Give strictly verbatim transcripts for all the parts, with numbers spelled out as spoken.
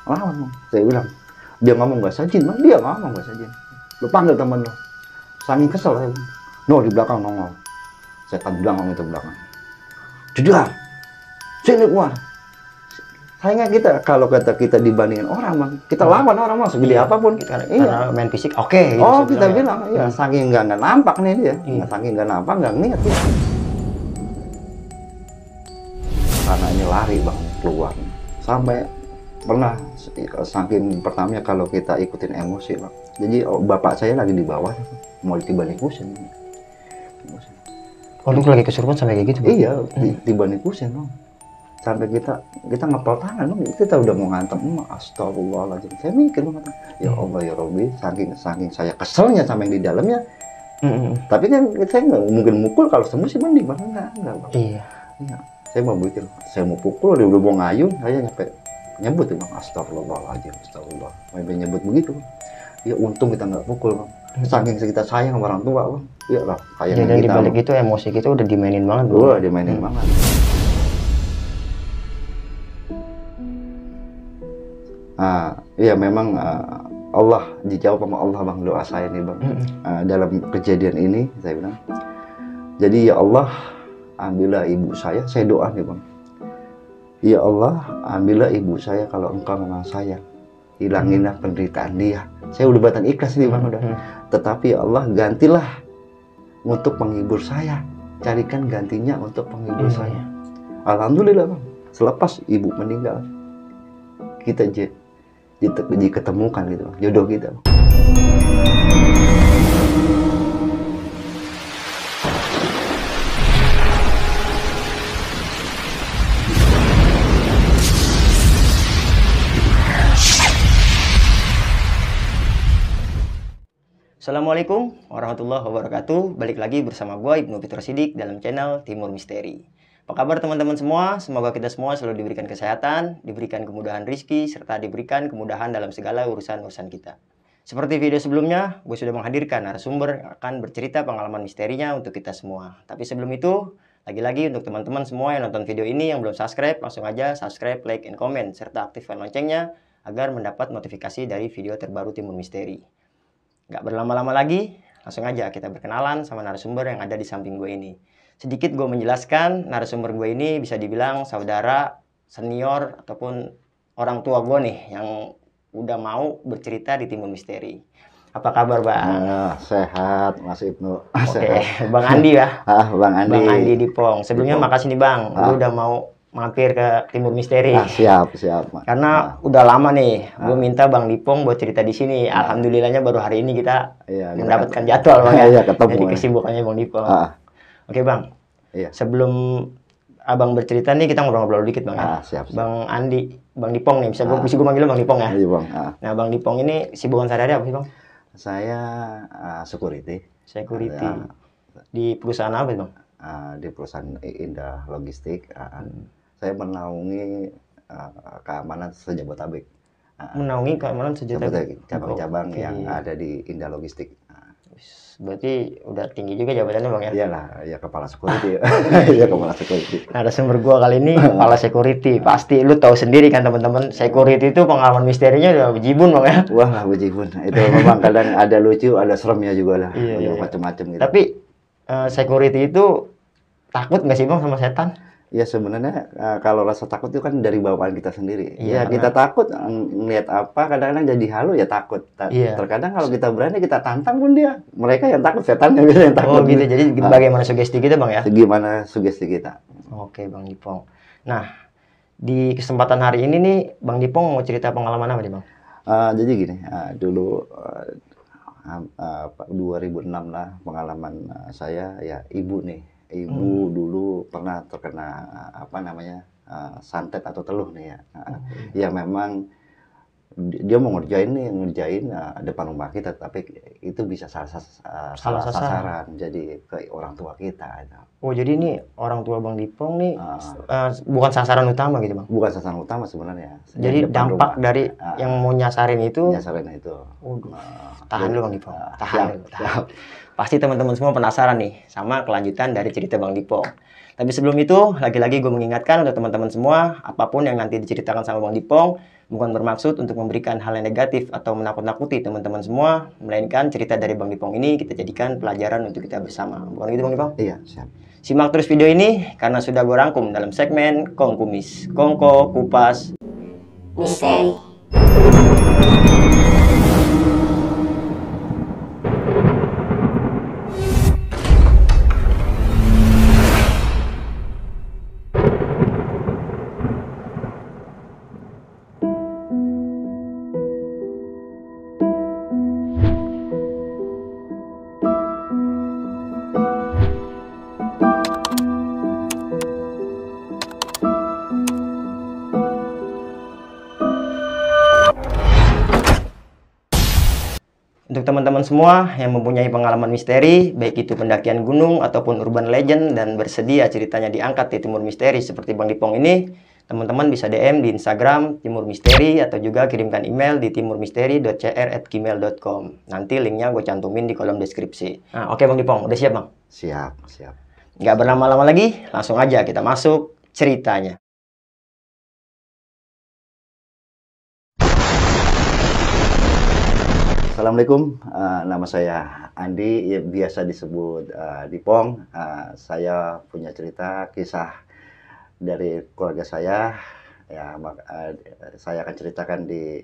lawan bang. Saya bilang, dia ngomong bahasa jin bang, dia ngomong bahasa jin. Lu panggil temen lu. Saking kesel saya bang. No, di belakang nongol. Setan bilang itu belakang. Jedar, sini keluar. Sayangnya kita, kalau kata kita dibandingin orang bang, kita oh. lawan orang bang, segede iya. apapun. Karena, iya. karena main fisik oke. Okay, gitu oh kita bilang, ya. iya. Saking nggak nggak nampak nih dia, iya. saking nggak nampak nggak ngeliat. Ya. Karena ini lari bang keluar, sampai pernah saking pertamanya kalau kita ikutin emosi bang. Jadi oh, bapak saya lagi di bawah, mau tiba-tiba Oh, lu lagi kesurupan sampai kayak gitu? Bang? Iya, hmm. tiba-tiba bang. Sampai kita kita ngepel tangan bang, kita udah mau ngantem, astagfirullahaladzim. Saya mikir bang, ya Allah ya Robbi, saking saking saya keselnya sampai di dalamnya. Mm-hmm. Tapi kan saya nggak mungkin mukul, kalau sembuh sih mending bang, enggak enggak bang. Iya. Iya. Saya mau mikir, saya mau pukul, dia udah mau ngayun, saya nyampe nyebut bang, astagfirullahaladzim, astagfirullah. Sampai nyebut begitu. Ya untung kita nggak pukul bang. Saking kita sayang sama orang tua bang. Iya lah. Kayak jadi dibalik itu emosi kita udah dimainin banget. Wah, dimainin hmm. banget. Ah, iya memang uh, Allah dijawab sama Allah bang doa saya nih bang. Mm-hmm. uh, dalam kejadian ini saya bilang, jadi ya Allah ambillah ibu saya, saya doa nih bang. Ya Allah ambillah ibu saya kalau engkau memang sayang, hilanginlah penderitaan dia. Saya udah batan ikhlas nih bang udah. Mm-hmm. Tetapi ya Allah gantilah untuk penghibur saya, carikan gantinya untuk penghibur mm-hmm. saya. Alhamdulillah bang, selepas ibu meninggal kita j diketemukan gitu, jodoh kita. Assalamualaikum warahmatullahi wabarakatuh. Balik lagi bersama gue Ibnu Fitro Sidik dalam channel Timur Misteri. Apa kabar teman-teman semua? Semoga kita semua selalu diberikan kesehatan, diberikan kemudahan rizki, serta diberikan kemudahan dalam segala urusan-urusan kita. Seperti video sebelumnya, gue sudah menghadirkan narasumber yang akan bercerita pengalaman misterinya untuk kita semua. Tapi sebelum itu, lagi-lagi untuk teman-teman semua yang nonton video ini yang belum subscribe, langsung aja subscribe, like, and comment, serta aktifkan loncengnya agar mendapat notifikasi dari video terbaru Timur Misteri. Gak berlama-lama lagi, langsung aja kita berkenalan sama narasumber yang ada di samping gue ini. Sedikit gue menjelaskan, narasumber gue ini bisa dibilang saudara, senior, ataupun orang tua gue nih yang udah mau bercerita di Timur Misteri. Apa kabar Bang? Nah, sehat Mas Ibnu. Oke, okay. Bang Andi ya? Ah, Bang Andi. Bang Andi Dipong. Sebelumnya Dipong. Makasih nih Bang, ah. lu udah mau mampir ke Timur Misteri. Ah, siap, siap. Mak. Karena ah. udah lama nih, ah. gue minta Bang Dipong buat cerita di sini. Ah. Alhamdulillahnya baru hari ini kita iya, mendapatkan kita... jadwal Bang ya. Iya, ketemu. Jadi kesibukannya Bang Dipong. Ah. Oke Bang, iya. Sebelum Abang bercerita nih kita ngobrol-ngobrol dikit Bang. Ah, siap, siap. Bang Andi, Bang Dipong nih, bisa gue ah. gue manggil Bang Dipong ya? Iya Bang. Ah. Nah Bang Dipong ini sibukan sehari-hari apa sih Bang? Saya uh, security. Security. Uh, di perusahaan apa Bang? Uh, di perusahaan Indah Logistik. Uh, hmm. Saya menaungi uh, keamanan sejabotabek. Uh, menaungi keamanan sejabotabek. Cabang-cabang oh, yang ada di Indah Logistik. Berarti udah tinggi juga jabatannya Bang ya? Iyalah, ya kepala security. Iya kepala security. Nah, ada sumber gua kali ini kepala security. Pasti lu tahu sendiri kan teman-teman, security itu pengalaman misterinya udah bejibun Bang ya? Wah, bejibun. Itu memang kadang ada lucu, ada seremnya juga lah. Iya, iya. Macam-macam gitu. Tapi uh, security itu takut nggak sih Bang sama setan? Ya sebenarnya uh, kalau rasa takut itu kan dari bawaan kita sendiri. Iya, ya kita karena... takut ngeliat apa, kadang-kadang jadi halu ya takut. Iya. Terkadang kalau kita berani kita tantang pun dia, mereka yang takut, setannya biasa yang takut. Oh gitu. Jadi uh, bagaimana sugesti kita Bang ya? Gimana sugesti kita? Oke Bang Dipong. Nah di kesempatan hari ini nih Bang Dipong mau cerita pengalaman apa nih Bang? Uh, jadi gini, uh, dulu uh, uh, dua ribu enam lah pengalaman uh, saya ya ibu nih. Ibu hmm. dulu pernah terkena apa namanya uh, santet atau teluh nih ya. Uh, hmm. Ya memang dia mau ngerjain nih ngerjain uh, depan rumah kita, tapi itu bisa salah, uh, salah sasaran. sasaran jadi ke orang tua kita. Oh jadi ini orang tua Bang Dipong nih uh, uh, bukan sasaran utama gitu Bang? Bukan sasaran utama sebenarnya. Jadi dampak rumah. dari uh, yang mau nyasarin itu? Nyasarin itu. Uh, tahan dulu Bang Dipong. Uh, tahan siap, dulu. Tahan. Pasti teman-teman semua penasaran nih sama kelanjutan dari cerita Bang Dipong. Tapi sebelum itu, lagi-lagi gue mengingatkan untuk teman-teman semua, apapun yang nanti diceritakan sama Bang Dipong, Bukan bermaksud untuk memberikan hal yang negatif atau menakut-nakuti teman-teman semua, melainkan cerita dari Bang Dipong ini kita jadikan pelajaran untuk kita bersama. Bukan gitu Bang Dipong? Iya, siap. Simak terus video ini karena sudah gue rangkum dalam segmen Kong Kumis, Kongko Kupas Misteri. Untuk teman-teman semua yang mempunyai pengalaman misteri, baik itu pendakian gunung ataupun urban legend dan bersedia ceritanya diangkat di Timur Misteri seperti Bang Dipong ini, teman-teman bisa D M di Instagram Timur Misteri atau juga kirimkan email di timurmisteri dot c r at gmail dot com. Nanti linknya gue cantumin di kolom deskripsi. Nah, oke Bang Dipong, udah siap Bang? Siap, siap. Nggak berlama-lama lagi, langsung aja kita masuk ceritanya. Assalamualaikum, uh, nama saya Andi, ya, biasa disebut uh, Dipong. Uh, saya punya cerita kisah dari keluarga saya. Ya, uh, saya akan ceritakan di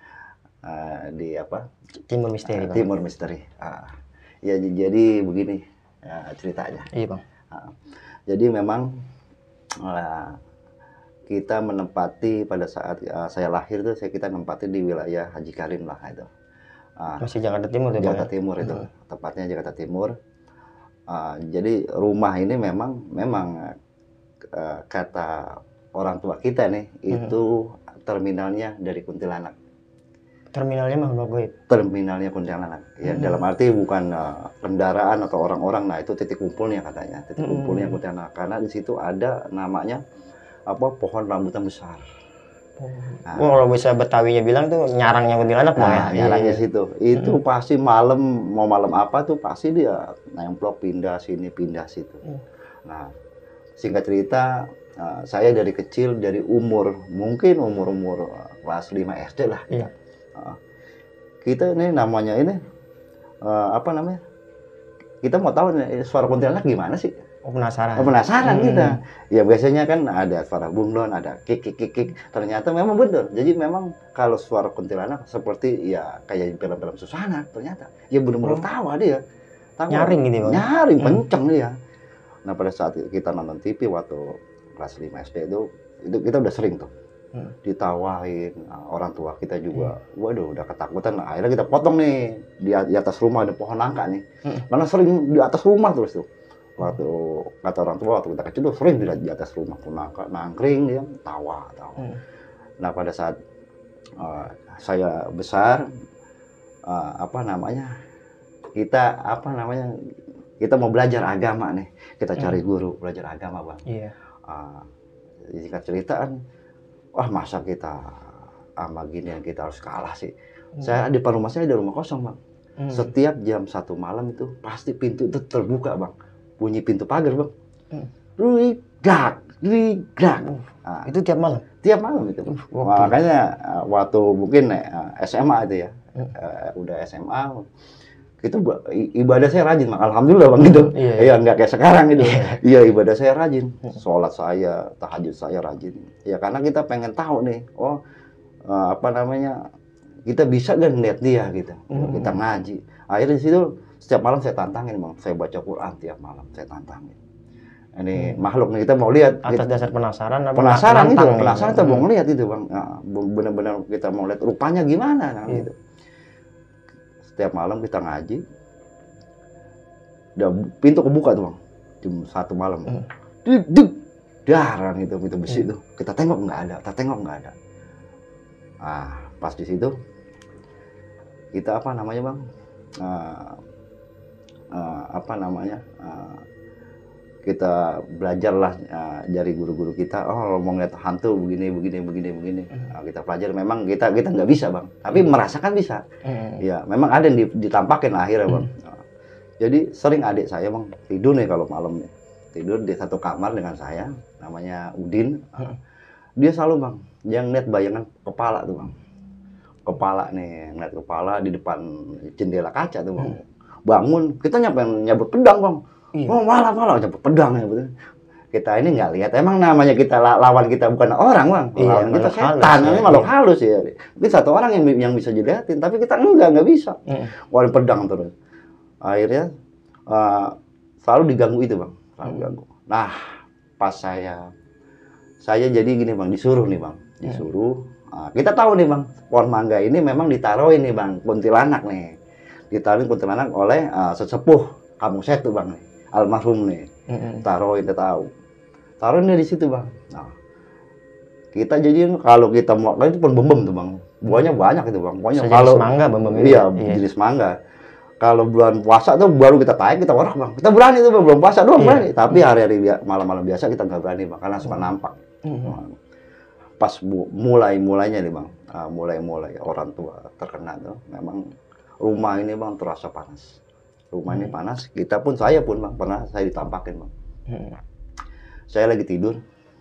uh, di apa? Timur Misteri. Uh, Timur Misteri. Uh, ya, jadi begini uh, ceritanya. Iya Bang. Uh, jadi memang uh, kita menempati pada saat uh, saya lahir tuh, saya kita menempati di wilayah Haji Karim lah itu. Uh, Masih Jakarta Timur ya, Jakarta Bang? Timur itu, Hmm. tepatnya Jakarta Timur. Uh, jadi rumah ini memang memang uh, kata orang tua kita nih, hmm. itu terminalnya dari kuntilanak. Terminalnya makhluk goib. Terminalnya kuntilanak. Ya, hmm. dalam arti bukan uh, kendaraan atau orang-orang. Nah, itu titik kumpulnya katanya, titik hmm. kumpulnya kuntilanak. Karena di situ ada namanya apa pohon rambutan besar. Nah, oh, kalau bisa Betawinya bilang tuh nyarangnya kuntilanak Bang nah, ya. Nyarangnya iya. situ. Itu hmm. pasti malam, mau malam apa tuh pasti dia nemplok pindah sini pindah situ. Hmm. Nah, singkat cerita, uh, saya dari kecil, dari umur mungkin umur-umur uh, kelas lima S D lah. Iya. Uh, kita ini namanya ini uh, apa namanya? Kita mau tahu nih, suara kuntilanak gimana sih? Oh, penasaran. Oh, penasaran hmm. kita. Ya biasanya kan ada suara bunglon, ada kik kik kik kik. Ternyata memang betul. Jadi memang kalau suara kuntilanak seperti ya kayak film-film Susana ternyata. Ya benar-benar oh. tahu dia. Tahu. Nyaring gitu Bang. Nyaring hmm. kenceng dia. Nah, pada saat kita nonton T V waktu kelas lima S D itu, itu kita udah sering tuh. Hmm. Ditawain, nah, orang tua kita juga, hmm. waduh udah ketakutan. Nah, akhirnya kita potong nih di, di atas rumah ada pohon nangka nih. Hmm. Karena sering di atas rumah terus tuh. Waktu kata orang tua waktu kita kecil tuh sering di atas rumah pun nangkring dia tawa tawa. Hmm. Nah, pada saat uh, saya besar uh, apa namanya kita apa namanya kita mau belajar agama nih, kita cari hmm. guru belajar agama Bang. Iya. Uh, singkat cerita kan, wah masa kita sama gini yang kita harus kalah sih. Hmm. Saya di depan rumah saya ada rumah kosong Bang. Hmm. Setiap jam satu malam itu pasti pintu itu terbuka Bang. Bunyi pintu pagar Bang, rigak, rigak. Nah, itu tiap malam? Tiap malam itu. Uh, Makanya uh, waktu mungkin uh, S M A itu ya, hmm. uh, udah S M A, itu ibadah saya rajin, Bang. Alhamdulillah Bang gitu. Iya, iya. Ya, nggak kayak sekarang gitu. Iya, ibadah saya rajin, sholat saya, tahajud saya rajin. Ya karena kita pengen tahu nih, oh uh, apa namanya, kita bisa kan lihat dia gitu, hmm. kita ngaji. Akhirnya di situ setiap malam saya tantangin Bang, saya baca Quran tiap malam, saya tantangin. Ini hmm. makhluk nih kita mau lihat. Atas kita, dasar penasaran? Penasaran itu, penasaran kita mau ngeliat itu Bang. Nah, benar-benar kita mau lihat rupanya gimana nah, hmm. gitu. Setiap malam kita ngaji, udah pintu kebuka tuh Bang, jam satu malam. Hmm. Duk, duk, darang itu pintu besi itu. Hmm. Kita tengok nggak ada, kita tengok nggak ada. Ah, pas di situ kita apa namanya Bang? Uh, uh, apa namanya uh, kita belajarlah uh, dari guru-guru kita. Oh mau ngeliat hantu begini begini begini begini. Uh, kita pelajari. Memang kita kita nggak bisa Bang, tapi merasakan bisa. Uh. Ya memang ada yang ditampakin akhirnya Bang. Uh. Uh, jadi sering adik saya Bang tidur nih kalau malam nih, tidur di satu kamar dengan saya, namanya Udin. Uh, dia selalu Bang dia ngeliat bayangan kepala tuh bang, kepala nih, ngeliat kepala di depan jendela kaca tuh bang. Hmm. Bangun, kita nyampe nyabut pedang bang. Iya. Oh malah malah nyabut pedang ya betul. Kita ini nggak lihat, emang namanya kita lawan kita bukan orang bang, lawan iya, kita setan, ini ya, makhluk iya. halus ya. Ini satu orang yang yang bisa dilihatin, tapi kita enggak nggak bisa. Hmm. Walau pedang terus, akhirnya uh, selalu diganggu itu bang, selalu hmm. diganggu. Nah pas saya saya jadi gini bang, disuruh nih bang, disuruh. Nah, kita tahu nih bang, pohon mangga ini memang ditaruhin nih bang, kuntilanak nih, ditaruhin kuntilanak oleh uh, sesepuh kampung saya tuh bang, nih, almarhum nih, mm-hmm. taruhin kita tahu, taruhin di situ bang. Nah, kita jadi kalau kita mau itu pun bembem tuh bang, buahnya banyak itu bang, buahnya kalau mangga bembem iya, iya jenis mangga. Kalau bulan puasa tuh baru kita tarik, kita warak bang, kita berani tuh bang, belum puasa doang iya. berani, tapi hari-hari malam-malam biasa kita nggak berani bang, karena suka nampak. Mm-hmm. Pas mulai-mulainya nih bang, uh, mulai-mulai orang tua terkena tuh, memang rumah ini bang terasa panas. Rumah hmm. ini panas, kita pun, saya pun bang, pernah saya ditampakin bang. Hmm. Saya lagi tidur,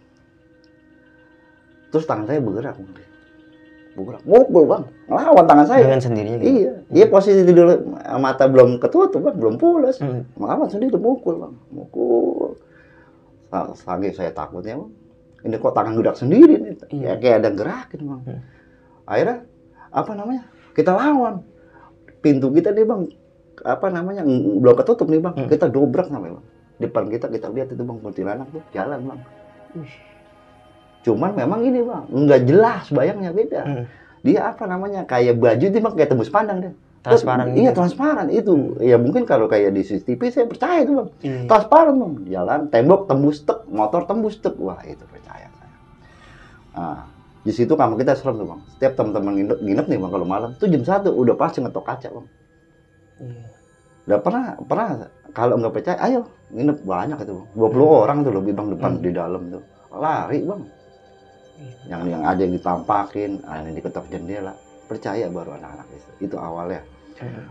terus tangan saya bergerak, bergerak, mukul bang, ngelawan tangan saya. Dengan sendirinya gitu? Iya, hmm. iya posisi tidur, mata belum ketutup bang, belum pulas, hmm. ngelawan sendiri, mukul bang, mukul. Lagi saya takutnya bang. Ini kok tangan gerak sendiri nih, iya. ya kayak ada gerakin bang. Hmm. Akhirnya apa namanya? Kita lawan pintu kita nih bang, apa namanya belum ketutup nih bang. Hmm. Kita dobrak namanya bang. Depan kita kita lihat itu bang kuntilanak tuh jalan bang. Uh. Cuman memang ini bang, nggak jelas bayangnya beda. Hmm. Dia apa namanya kayak baju itu bang kayak tembus pandang deh. Transparan. Iya transparan itu. Hmm. Ya mungkin kalau kayak di C C T V saya percaya itu bang. Hmm. Transparan bang. Jalan tembok tembus tek, motor tembus tek. Wah itu percaya saya. Nah, di situ kamar kita serem tuh bang. Setiap teman-teman nginep, nginep nih bang kalau malam tuh jam satu udah pasti ngetok kaca bang. Hmm. Udah pernah pernah kalau nggak percaya, ayo nginep banyak itu bang. dua puluh hmm. orang tuh lebih bang depan hmm. di dalam tuh. Lari bang. Hmm. Yang yang ada yang ditampakin, ada yang diketok jendela. Percaya baru anak-anak itu, itu awalnya. Hmm.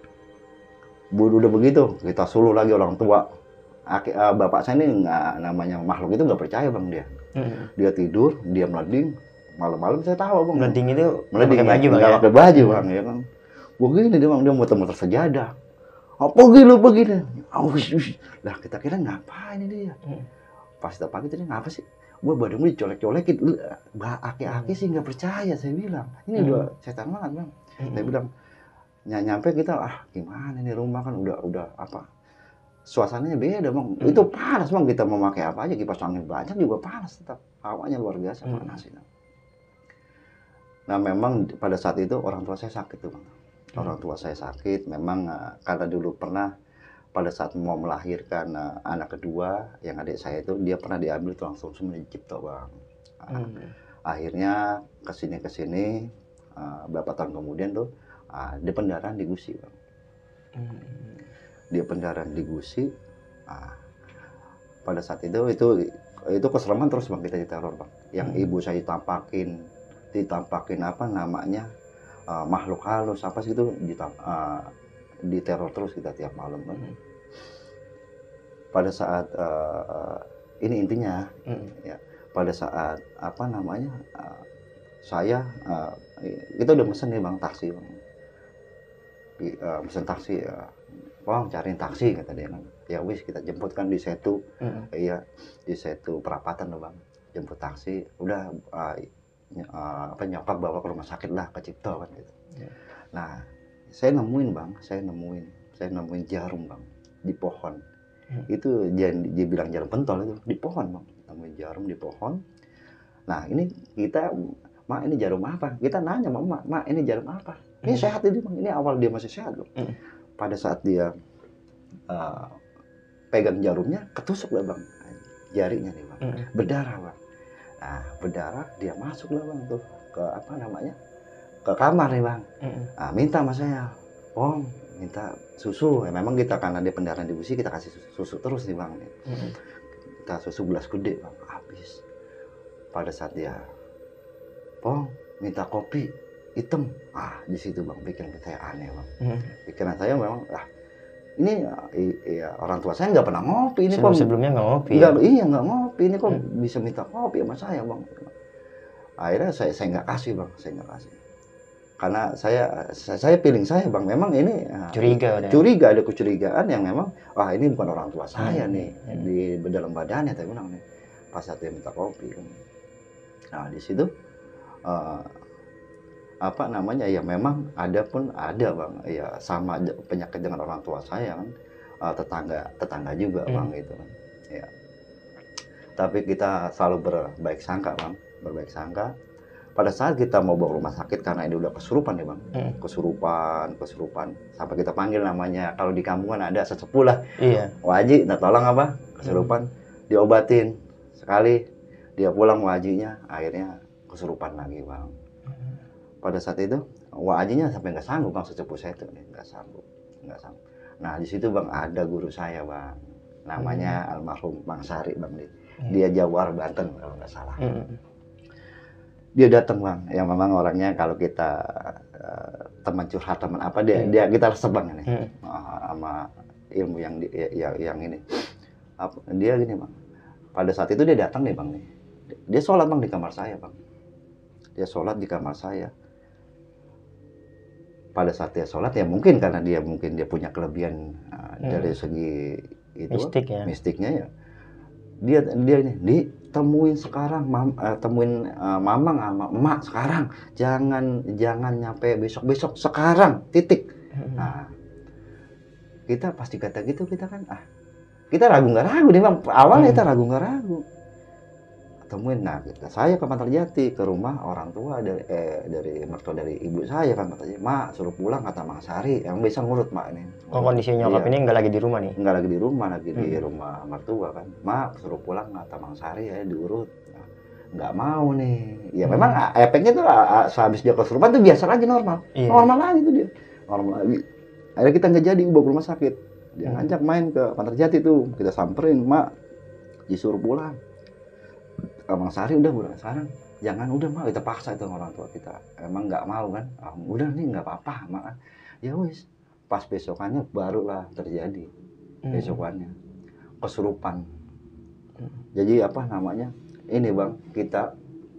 Udah begitu, kita suruh lagi orang tua. Aki, uh, bapak saya ini nggak namanya makhluk itu nggak percaya bang dia. Hmm. Dia tidur, dia meleding. Malam-malam saya tahu bang. Meleding itu meleding pakai baju bang. Nggak pakai baju bang ya kan. Begini dia bang, dia muter-muter sejadah. Apa gitu begini? Oh, lah kita kira ngapain ini dia? Hmm. Pas kita pagi tadi ngapa sih? Gue badanmu dicolek-colekin, aki-aki sih nggak percaya, saya bilang. Ini hmm. udah setan banget bang. Hmm. Saya bilang, ny nyampe kita, ah gimana ini rumah kan udah udah apa? Suasananya beda bang. Hmm. Itu panas bang, kita mau pakai apa aja, kipas angin banyak juga panas tetap. Hawanya luar biasa hmm. panas itu. Nah memang pada saat itu orang tua saya sakit tuh bang. Hmm. Orang tua saya sakit, memang uh, karena dulu pernah pada saat mau melahirkan uh, anak kedua yang adik saya itu dia pernah diambil tuh langsung semua dicipta bang. Uh, hmm. Akhirnya kesini kesini uh, beberapa tahun kemudian tuh uh, dia pendarahan di gusi bang. Hmm. Dia pendarahan di gusi. Uh, pada saat itu itu itu kesereman terus bang kita diteror bang. Yang hmm. ibu saya ditampakin ditampakin apa namanya uh, makhluk halus apa sih itu ditamp, uh, diteror terus kita tiap malam bang. Hmm. Pada saat uh, ini intinya mm. ya pada saat apa namanya uh, saya uh, kita udah mesen nih bang taksi bang uh, mesen taksi ya bang cariin taksi kata dia kan ya wis kita jemput kan di Setu mm. iya di Setu Perapatan loh bang jemput taksi udah uh, uh, apa nyokap bawa ke rumah sakit lah ke Cipto kan gitu yeah. Nah saya nemuin bang saya nemuin saya nemuin jarum bang di pohon. Hmm. Itu dia, dia bilang jarum pentol itu di pohon bang, namanya jarum di pohon. Nah ini kita, mak ini jarum apa? Kita nanya sama mak, mak ini jarum apa? Ini hmm. sehat ini bang, ini awal dia masih sehat loh. Hmm. Pada saat dia uh, pegang jarumnya, ketusuk lah bang, jarinya nih bang, hmm. berdarah bang. Nah berdarah dia masuk lah bang tuh ke apa namanya ke kamar nih bang, hmm. nah, minta sama saya, om. Minta susu, ya memang kita karena dia pendarahan di gusi kita kasih susu, susu terus nih bang. Mm-hmm. Kita susu gelas gede bang, habis. Pada saat dia, pong minta kopi hitam, ah di situ bang pikiran saya aneh bang. Mm-hmm. Pikiran saya memang, ah ini ya, orang tua saya nggak pernah ngopi ini Sebelum, kok. Sebelumnya nggak ngopi. Nggak, ya? Iya nggak ngopi ini kok mm. bisa minta kopi sama saya bang. Akhirnya saya saya nggak kasih bang, saya nggak kasih. Karena saya saya, saya feeling saya bang, memang ini curiga, uh, curiga ada kecurigaan yang memang, wah ini bukan orang tua saya hmm. nih hmm. di dalam badannya, saya bilang nih. Pas satu minta kopi kan. Nah di situ uh, apa namanya ya memang ada pun ada bang ya sama penyakit dengan orang tua saya kan, uh, tetangga tetangga juga hmm. bang gitu kan ya. Tapi kita selalu berbaik sangka bang, berbaik sangka. Pada saat kita mau bawa rumah sakit karena ini udah kesurupan ya bang, hmm. kesurupan kesurupan sampai kita panggil namanya, kalau di kampungan ada sesepuh lah, iya. Wajib, nah tolong apa kesurupan, hmm. diobatin. Sekali dia pulang wajinya, akhirnya kesurupan lagi bang. Pada saat itu wajinya sampai nggak sanggup bang, sesepuh saya itu nggak sanggup, nggak sanggup. Nah di situ bang ada guru saya bang, namanya hmm. almarhum Bang Sari bang, hmm. dia Jawar Banten kalau nggak salah. Hmm. Dia datang bang, yang memang orangnya kalau kita uh, teman curhat teman apa dia hmm. dia kita resep bang ini, hmm. uh, sama ilmu yang di, yang, yang ini. Apa, dia gini bang. Pada saat itu dia datang nih bang nih, dia sholat bang di kamar saya bang, dia sholat di kamar saya. Pada saat dia sholat ya mungkin karena dia mungkin dia punya kelebihan uh, hmm. dari segi itu mistik ya, mistiknya ya. Dia dia ini ditemuin sekarang, mam, uh, temuin uh, mamang sama emak sekarang, jangan jangan nyampe besok besok sekarang titik. Hmm. Nah kita pasti kata gitu kita kan ah. Kita ragu nggak ragu nih bang, awalnya hmm. kita ragu nggak ragu. Temuin, nah kita, saya ke Pantarjati ke rumah orang tua dari eh, dari mertua dari ibu saya kan katanya, mak suruh pulang kata Mang Sari, yang bisa ngurut mak ini. Oh kondisinya nyokap iya. ini nggak lagi di rumah nih? Nggak lagi di rumah, lagi hmm. di rumah mertua kan. Mak suruh pulang kata Mang Sari ya diurut. Nah, nggak mau nih. Ya hmm. memang efeknya tuh sehabis dia kesurupan tuh biasa lagi normal, iya. normal lagi tuh dia, normal lagi. Akhirnya kita nggak jadi bawa ke rumah sakit. Dia ngajak main ke Pantarjati tuh, kita samperin, mak disuruh pulang. Bang Sari udah udah sekarang jangan udah mak, kita paksa itu orang tua kita, emang nggak mau kan, ah, udah nih nggak apa-apa mak, ya wis. Pas besokannya barulah terjadi hmm. besokannya kesurupan. Hmm. Jadi apa namanya ini bang, kita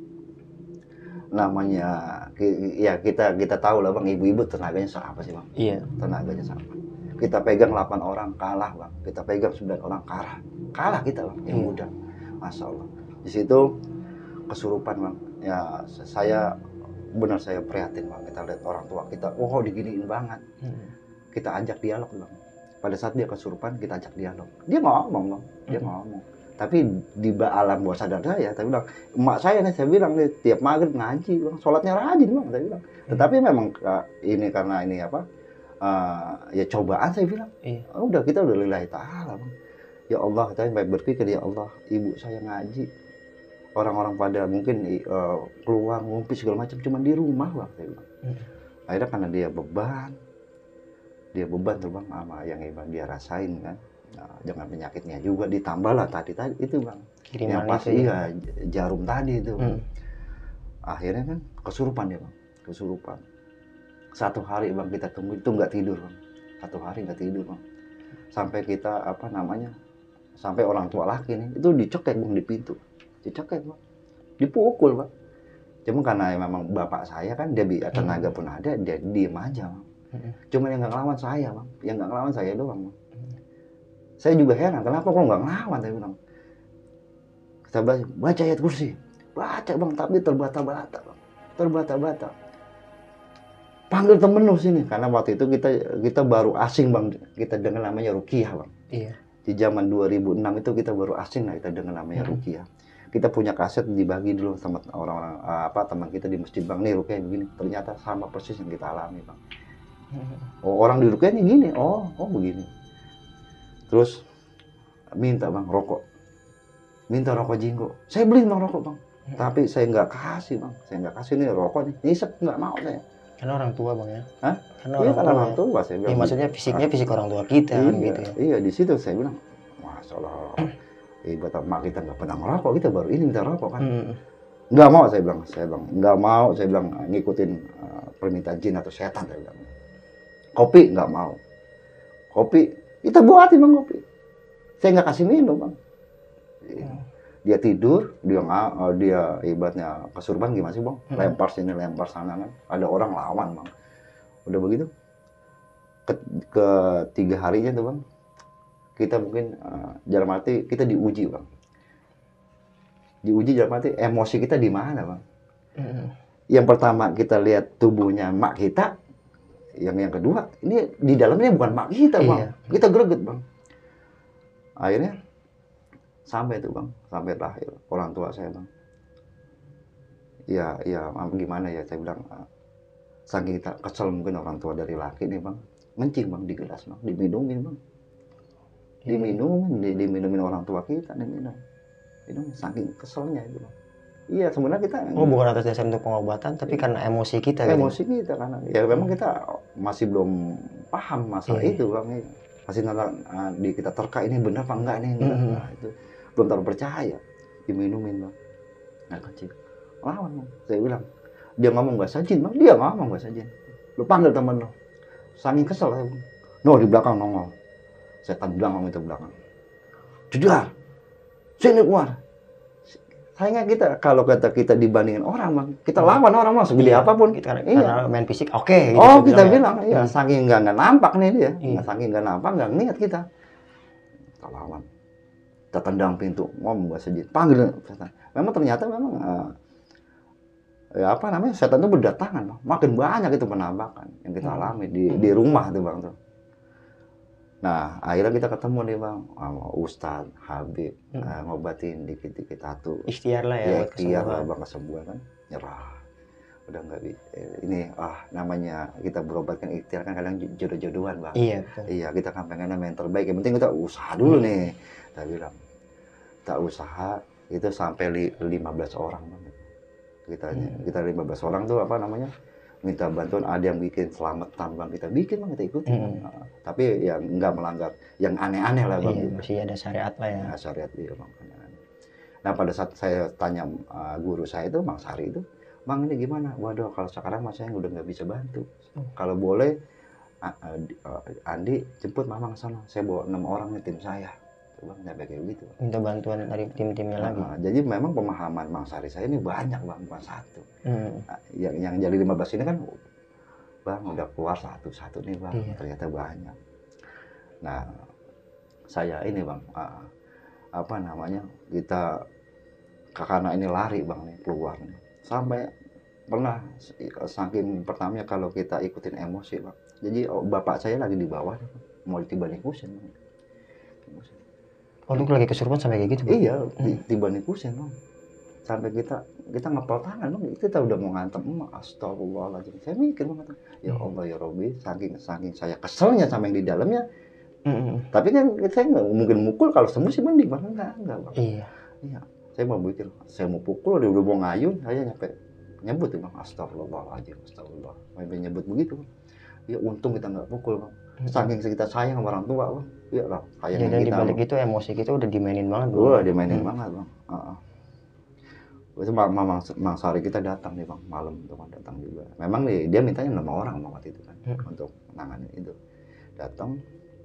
namanya ya kita kita tahu lah bang, ibu-ibu tenaganya siapa sih bang? Iya. Tenaganya siapa? Kita pegang delapan orang kalah bang, kita pegang sembilan orang kalah, kalah kita bang, yang hmm. muda, masya Allah. Di situ kesurupan bang, ya saya benar saya prihatin bang, kita lihat orang tua kita, oh diginiin banget, hmm. kita ajak dialog bang. Pada saat dia kesurupan kita ajak dialog, dia ngomong bang, dia hmm. ngomong. Tapi di alam bawah sadar saya, saya bilang, emak saya nih, saya bilang nih tiap maghrib ngaji bang, sholatnya rajin bang, saya bilang. Hmm. Tetapi memang ini karena ini apa? Uh, ya cobaan saya bilang, iya. oh, udah kita udah lillahi ta'ala bang. Ya Allah, kita baik berpikir ya Allah, ibu saya ngaji, orang-orang pada mungkin uh, keluar ngumpi segala macam, cuma di rumah bang saya bilang. Hmm. Akhirnya karena dia beban, dia beban tuh bang sama yang bang dia rasain kan, nah, dengan penyakitnya juga ditambah lah tadi tadi itu bang, kiriman yang pasti ya jarum tadi itu. Hmm. Akhirnya kan kesurupan dia bang, kesurupan. Satu hari bang kita tunggu itu nggak tidur bang, satu hari nggak tidur bang, sampai kita apa namanya, sampai orang tua laki nih itu dicekek bang di pintu, dicekek bang, dipukul bang. Cuma karena memang bapak saya kan dia tenaga pun ada, dia diem aja bang. Cuma yang nggak ngelawan saya bang, yang nggak ngelawan saya doang bang. Saya juga heran kenapa kok nggak ngelawan, saya bilang. Kita baca, baca ayat kursi, baca bang, tapi terbata-bata bang, terbata-bata. Panggil temen lu sini, karena waktu itu kita kita baru asing bang, kita dengar namanya ruqyah bang. Iya. Di zaman dua ribu enam itu kita baru asing lah kita dengar namanya hmm. ruqyah. Kita punya kaset dibagi dulu sama orang-orang apa teman kita di masjid bang, nih ruqyah begini, ternyata sama persis yang kita alami bang. Hmm. Oh orang di ruqyah ini gini, oh oh begini. Terus minta bang rokok, minta rokok jinggo, saya beli bang rokok bang, hmm. tapi saya nggak kasih bang, saya nggak kasih nih rokok nih, nisep nggak mau saya. Karena orang tua bang ya? Hah? Karena iya, orang karena tua, orang tua ya? Saya bilang. Ya, maksudnya fisiknya fisik orang tua kita iya, kan gitu ya? Iya di situ saya bilang, masya Allah, ibu emak kita nggak pernah ngerokok, kita baru ini minta rokok kan? Hmm. Nggak mau saya bilang, saya bilang nggak mau, saya bilang ngikutin uh, permintaan jin atau setan saya bilang. Kopi nggak mau, kopi kita buatin bang kopi, saya nggak kasih minum bang. Hmm. dia tidur, dia nggak, uh, dia ibaratnya kesurupan gimana sih bang? Hmm. Lempar sini, lempar sana kan. Ada orang lawan bang. Udah begitu, ke, ke tiga harinya tuh bang, kita mungkin uh, dalam arti kita diuji bang. Diuji dalam arti emosi kita di mana bang? Hmm. Yang pertama kita lihat tubuhnya mak kita, yang yang kedua ini di dalamnya bukan mak kita bang. Iya. Kita greget bang. Akhirnya sampai tuh bang, sampai lahir orang tua saya bang. Ya, ya gimana ya saya bilang, saking kita kesel mungkin orang tua dari laki nih bang, ngencing bang di gelas bang, diminumin bang, diminumin, di, diminumin orang tua kita, diminum, minum, saking keselnya itu bang. Iya sebenarnya kita. Oh bukan atas dasar untuk pengobatan, tapi karena emosi kita. Emosi gitu? Kita karena ya memang kita masih belum paham masalah iya. itu bang. Masih nonton uh, di kita terka ini benar apa enggak nih, benar, mm-hmm. nah, itu belum terlalu percaya, diminumin bang, nah kecil, lawan bang, saya bilang, dia ngomong nggak sajin bang, dia ngomong nggak sajin, lu panggil temen lo, saking kesel saya bang, no di belakang nongol, setan bilang ngomong itu belakang, jedar, sini keluar. Sayangnya kita, kalau kata kita dibandingin orang bang, kita lawan orang bang, segede iya. apapun. Kita, iya. main fisik, oke. Okay, gitu oh kita bilang, ya, hmm. saking nggak nggak nampak nih dia, iya. saking nggak nampak nggak niat kita. Kita lawan, kita tendang pintu, ngomong bahasa jin, panggil setan. Memang ternyata memang, uh, ya apa namanya, setan itu berdatangan bang, makin banyak itu penampakan yang kita hmm. alami di hmm. di rumah tuh bang tuh. Nah, akhirnya kita ketemu nih bang, sama Ustadz, Habib, hmm. uh, ngobatin dikit-dikit satu. Ikhtiar lah ya, ya buat ikhtiar lah bang, kesembuhan kan, nyerah. Udah nggak bisa, ini ah namanya kita berobat kan ikhtiar kan kadang jodoh-jodohan bang. Iya. Betul. Iya, kita kan pengennya yang terbaik, yang penting kita usaha dulu hmm. nih. Kita bilang, kita usaha, itu sampai li, lima belas orang bang. Kita, hmm. kita lima belas orang tuh apa namanya, minta bantuan, ada yang bikin selamatan bang, kita bikin bang, kita ikutin hmm. nah, tapi yang nggak melanggar yang aneh-aneh lah bang. Iya, masih ada syariat lah ya. Nah, syariat iya bang. Nah pada saat saya tanya uh, guru saya itu Mang Sari itu, bang ini gimana? Waduh kalau sekarang mas saya udah nggak bisa bantu. Hmm. Kalau boleh uh, uh, Andi jemput mama ke sana, saya bawa enam orang nih tim saya. Bang, nggak kayak gitu. Minta bantuan dari tim-timnya nah, lagi. Jadi memang pemahaman Mang Sari saya ini banyak bang, bukan satu. Hmm. Nah, yang yang jadi lima belas ini kan, bang udah keluar satu-satu nih bang, iya. ternyata banyak. Nah, saya ini bang, uh, apa namanya, kita karena ini lari bang nih keluar nih. Sampai pernah saking pertamanya kalau kita ikutin emosi bang. Jadi oh, bapak saya lagi di bawah, mau ditiba-nikusin bang. Oh, lu lagi kesurupan sampai kayak gitu? Bang? Iya, hmm. tiba nikusin bang. Sampai kita kita ngepel tangan bang, kita udah mau ngantem emak, astagfirullahaladzim. Saya mikir bang, ya Allah ya Robbi, saking saking saya keselnya sama yang di dalamnya. Hmm. Tapi kan saya nggak mungkin mukul, kalau sembuh sih mending bang, enggak enggak bang. Iya. Iya, saya mau mikir, saya mau pukul, dia udah mau ngayun, saya nyampe nyebut tuh bang, astagfirullahaladzim, astagfirullah, sampai nyebut begitu. Ya untung kita nggak pukul bang. Saking kita sayang sama orang tua bang, iya lah. Jadi dan dibalik itu emosi kita udah dimainin banget bang. Wah dimainin hmm. banget bang. Uh-uh. Itu Mang Mang Sari kita datang nih bang, malam teman datang juga. Memang nih dia mintanya nama orang bang waktu itu kan, hmm. untuk nanganin itu. Datang,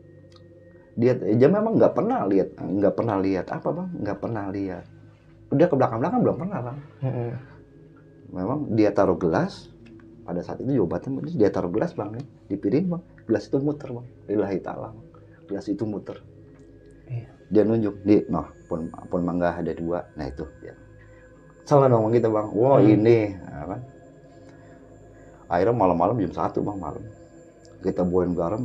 dia dia memang nggak pernah lihat, nggak pernah lihat apa bang, nggak pernah lihat. Udah ke belakang-belakang belum pernah bang. Hmm. Memang dia taruh gelas. Pada saat itu obatnya dia taruh gelas bang nih, di piring bang, gelas itu muter bang, lillahi ta'ala bang, gelas itu muter. Iya. Dia nunjuk di, noh, pun pun mangga ada dua, nah itu ya. Salah ngomong kita bang, wow hmm. ini, ya kan. Akhirnya malam-malam jam satu bang malam, kita buahin garam,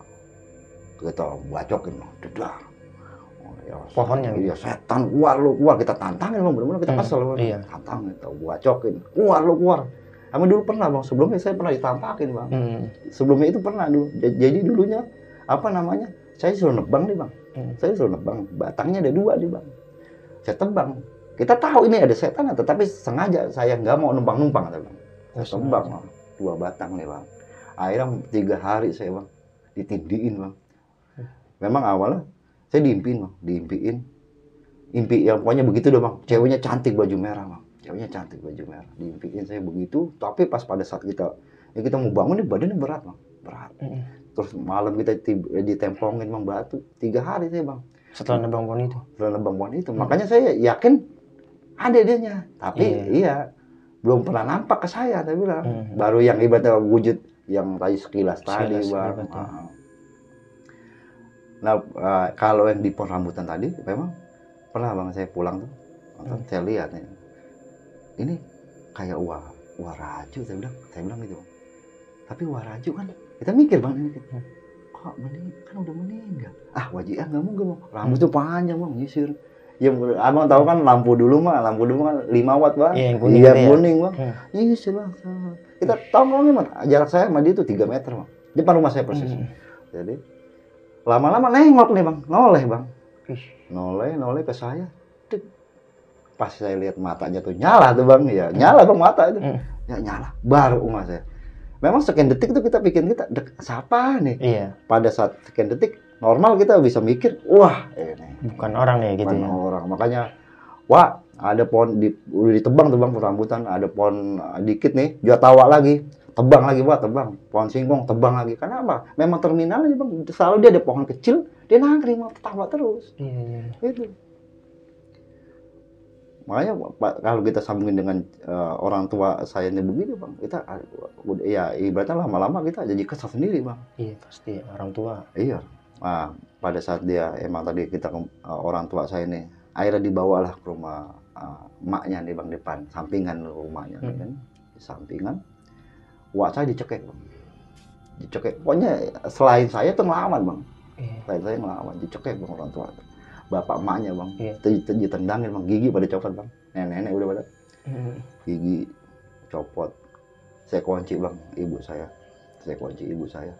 kita bacokin, dedah. Oh, ya, pohonnya iya setan keluar lu keluar, kita tantangin bang, benar-benar kita kesel bang, hmm. iya. tantangin, kita bacokin, keluar lu keluar. Kami dulu pernah bang, sebelumnya saya pernah ditampakin bang. Hmm. Sebelumnya itu pernah dulu. Jadi dulunya apa namanya? Saya suruh nebang nih bang. Hmm. Saya suruh nebang. Batangnya ada dua nih bang. Saya tebang. Kita tahu ini ada setan, tetapi sengaja saya nggak mau numpang-numpang bang. Saya tebang bang. Dua batang nih bang. Akhirnya tiga hari saya bang ditindiin bang. Memang awalnya saya diimpiin bang, diimpiin. Impi yang pokoknya begitu deh bang. Ceweknya cantik baju merah bang. Ceweknya cantik baju merah, diimpiin saya begitu, tapi pas pada saat kita ya kita mau bangun, badannya berat bang, berat. Mm. Terus malam kita ditempongin bang batu, tiga hari saya bang. Setelah nebang pohon itu. Setelah nebang pohon itu. Hmm. Makanya saya yakin ada dianya. Tapi iya, iya belum pernah nampak ke saya, saya bilang. Hmm. Baru yang ibaratnya wujud yang tadi sekilas, sekilas tadi, Bang. Nah, nah uh, kalau yang di pohon rambutan tadi, memang pernah Bang saya pulang tuh, hmm. saya lihat nih, ini kayak wah, wah raju, saya bilang, saya bilang gitu. Tapi wah raju kan, kita mikir Bang, ini hmm. kok meninggal, kan udah meninggal. Ah wajian nggak mungkin Bang, rambut tuh hmm. panjang Bang, nyisir. Ya abang tahu kan lampu dulu mah, lampu dulu kan lima watt Bang. Iya, kuning, iya, kuning ya? Bang. Hmm. Nyisir Bang. Kita tongkrong Bang, jarak saya sama dia itu tiga meter Bang. Depan rumah saya persis. Hmm. Jadi lama-lama nengok nih Bang, noleh Bang. Noleh, noleh ke saya. Pas saya lihat matanya tuh nyala tuh Bang, ya nyala Bang mata itu. Hmm. Ya nyala, baru rumah saya. Memang sekian detik tuh kita pikir kita, siapa nih? Iya. Pada saat sekian detik, normal kita bisa mikir, wah ini. Bukan orang ya gitu bukan ya? orang, makanya, wah ada pohon, di, udah ditebang tuh Bang, pohon rambutan, ada pohon dikit nih, jual tawa lagi, tebang lagi Wah tebang, pohon singkong, tebang lagi. Karena apa? Memang terminal aja Bang, selalu dia ada pohon kecil, dia nangkring, mau tawa terus. Iya, iya. Itu. Makanya kalau kita sambungin dengan uh, orang tua saya ini begitu Bang, kita uh, ya ibaratnya lama-lama kita jadi kesal sendiri Bang. Iya pasti orang tua. Iya. Nah, pada saat dia emang tadi kita uh, orang tua saya ini akhirnya dibawalah ke rumah uh, emaknya nih Bang, depan sampingan rumahnya hmm. kan, di sampingan. Wah saya dicekek Bang, dicekek. Pokoknya selain saya tuh ngelawan Bang, iya. Selain saya ngelawan, dicekek Bang orang tua. Bapak emaknya Bang, iya. Ditendangin Bang, gigi pada copot Bang, nenek-nenek udah pada hmm. gigi copot. Saya kunci Bang ibu saya, saya kunci ibu saya.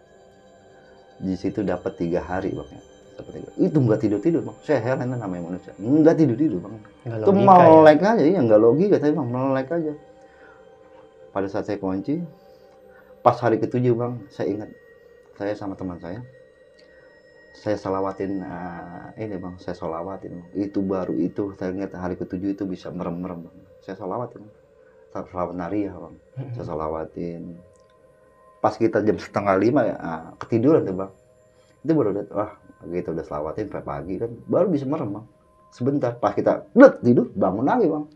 Di situ dapat tiga hari Bang ya. Tiga. Itu nggak tidur tidur Bang, saya heran namanya manusia, nggak tidur tidur Bang. Itu melek ya? Aja, ya nggak logika tapi Bang, melek aja. Pada saat saya kunci, pas hari ketujuh Bang, saya ingat saya sama teman saya. Saya salawatin uh, ini Bang, saya salawatin Bang. Itu baru itu saya ingat hari ketujuh itu bisa merem-merem Bang. Saya salawatin, salawat nariyah Bang. Saya salawatin. Pas kita jam setengah lima ya, uh, ketiduran tuh Bang. Itu baru udah, wah kita udah salawatin sampai pagi kan, baru bisa merem Bang. Sebentar, pas kita blek tidur, bangun lagi Bang.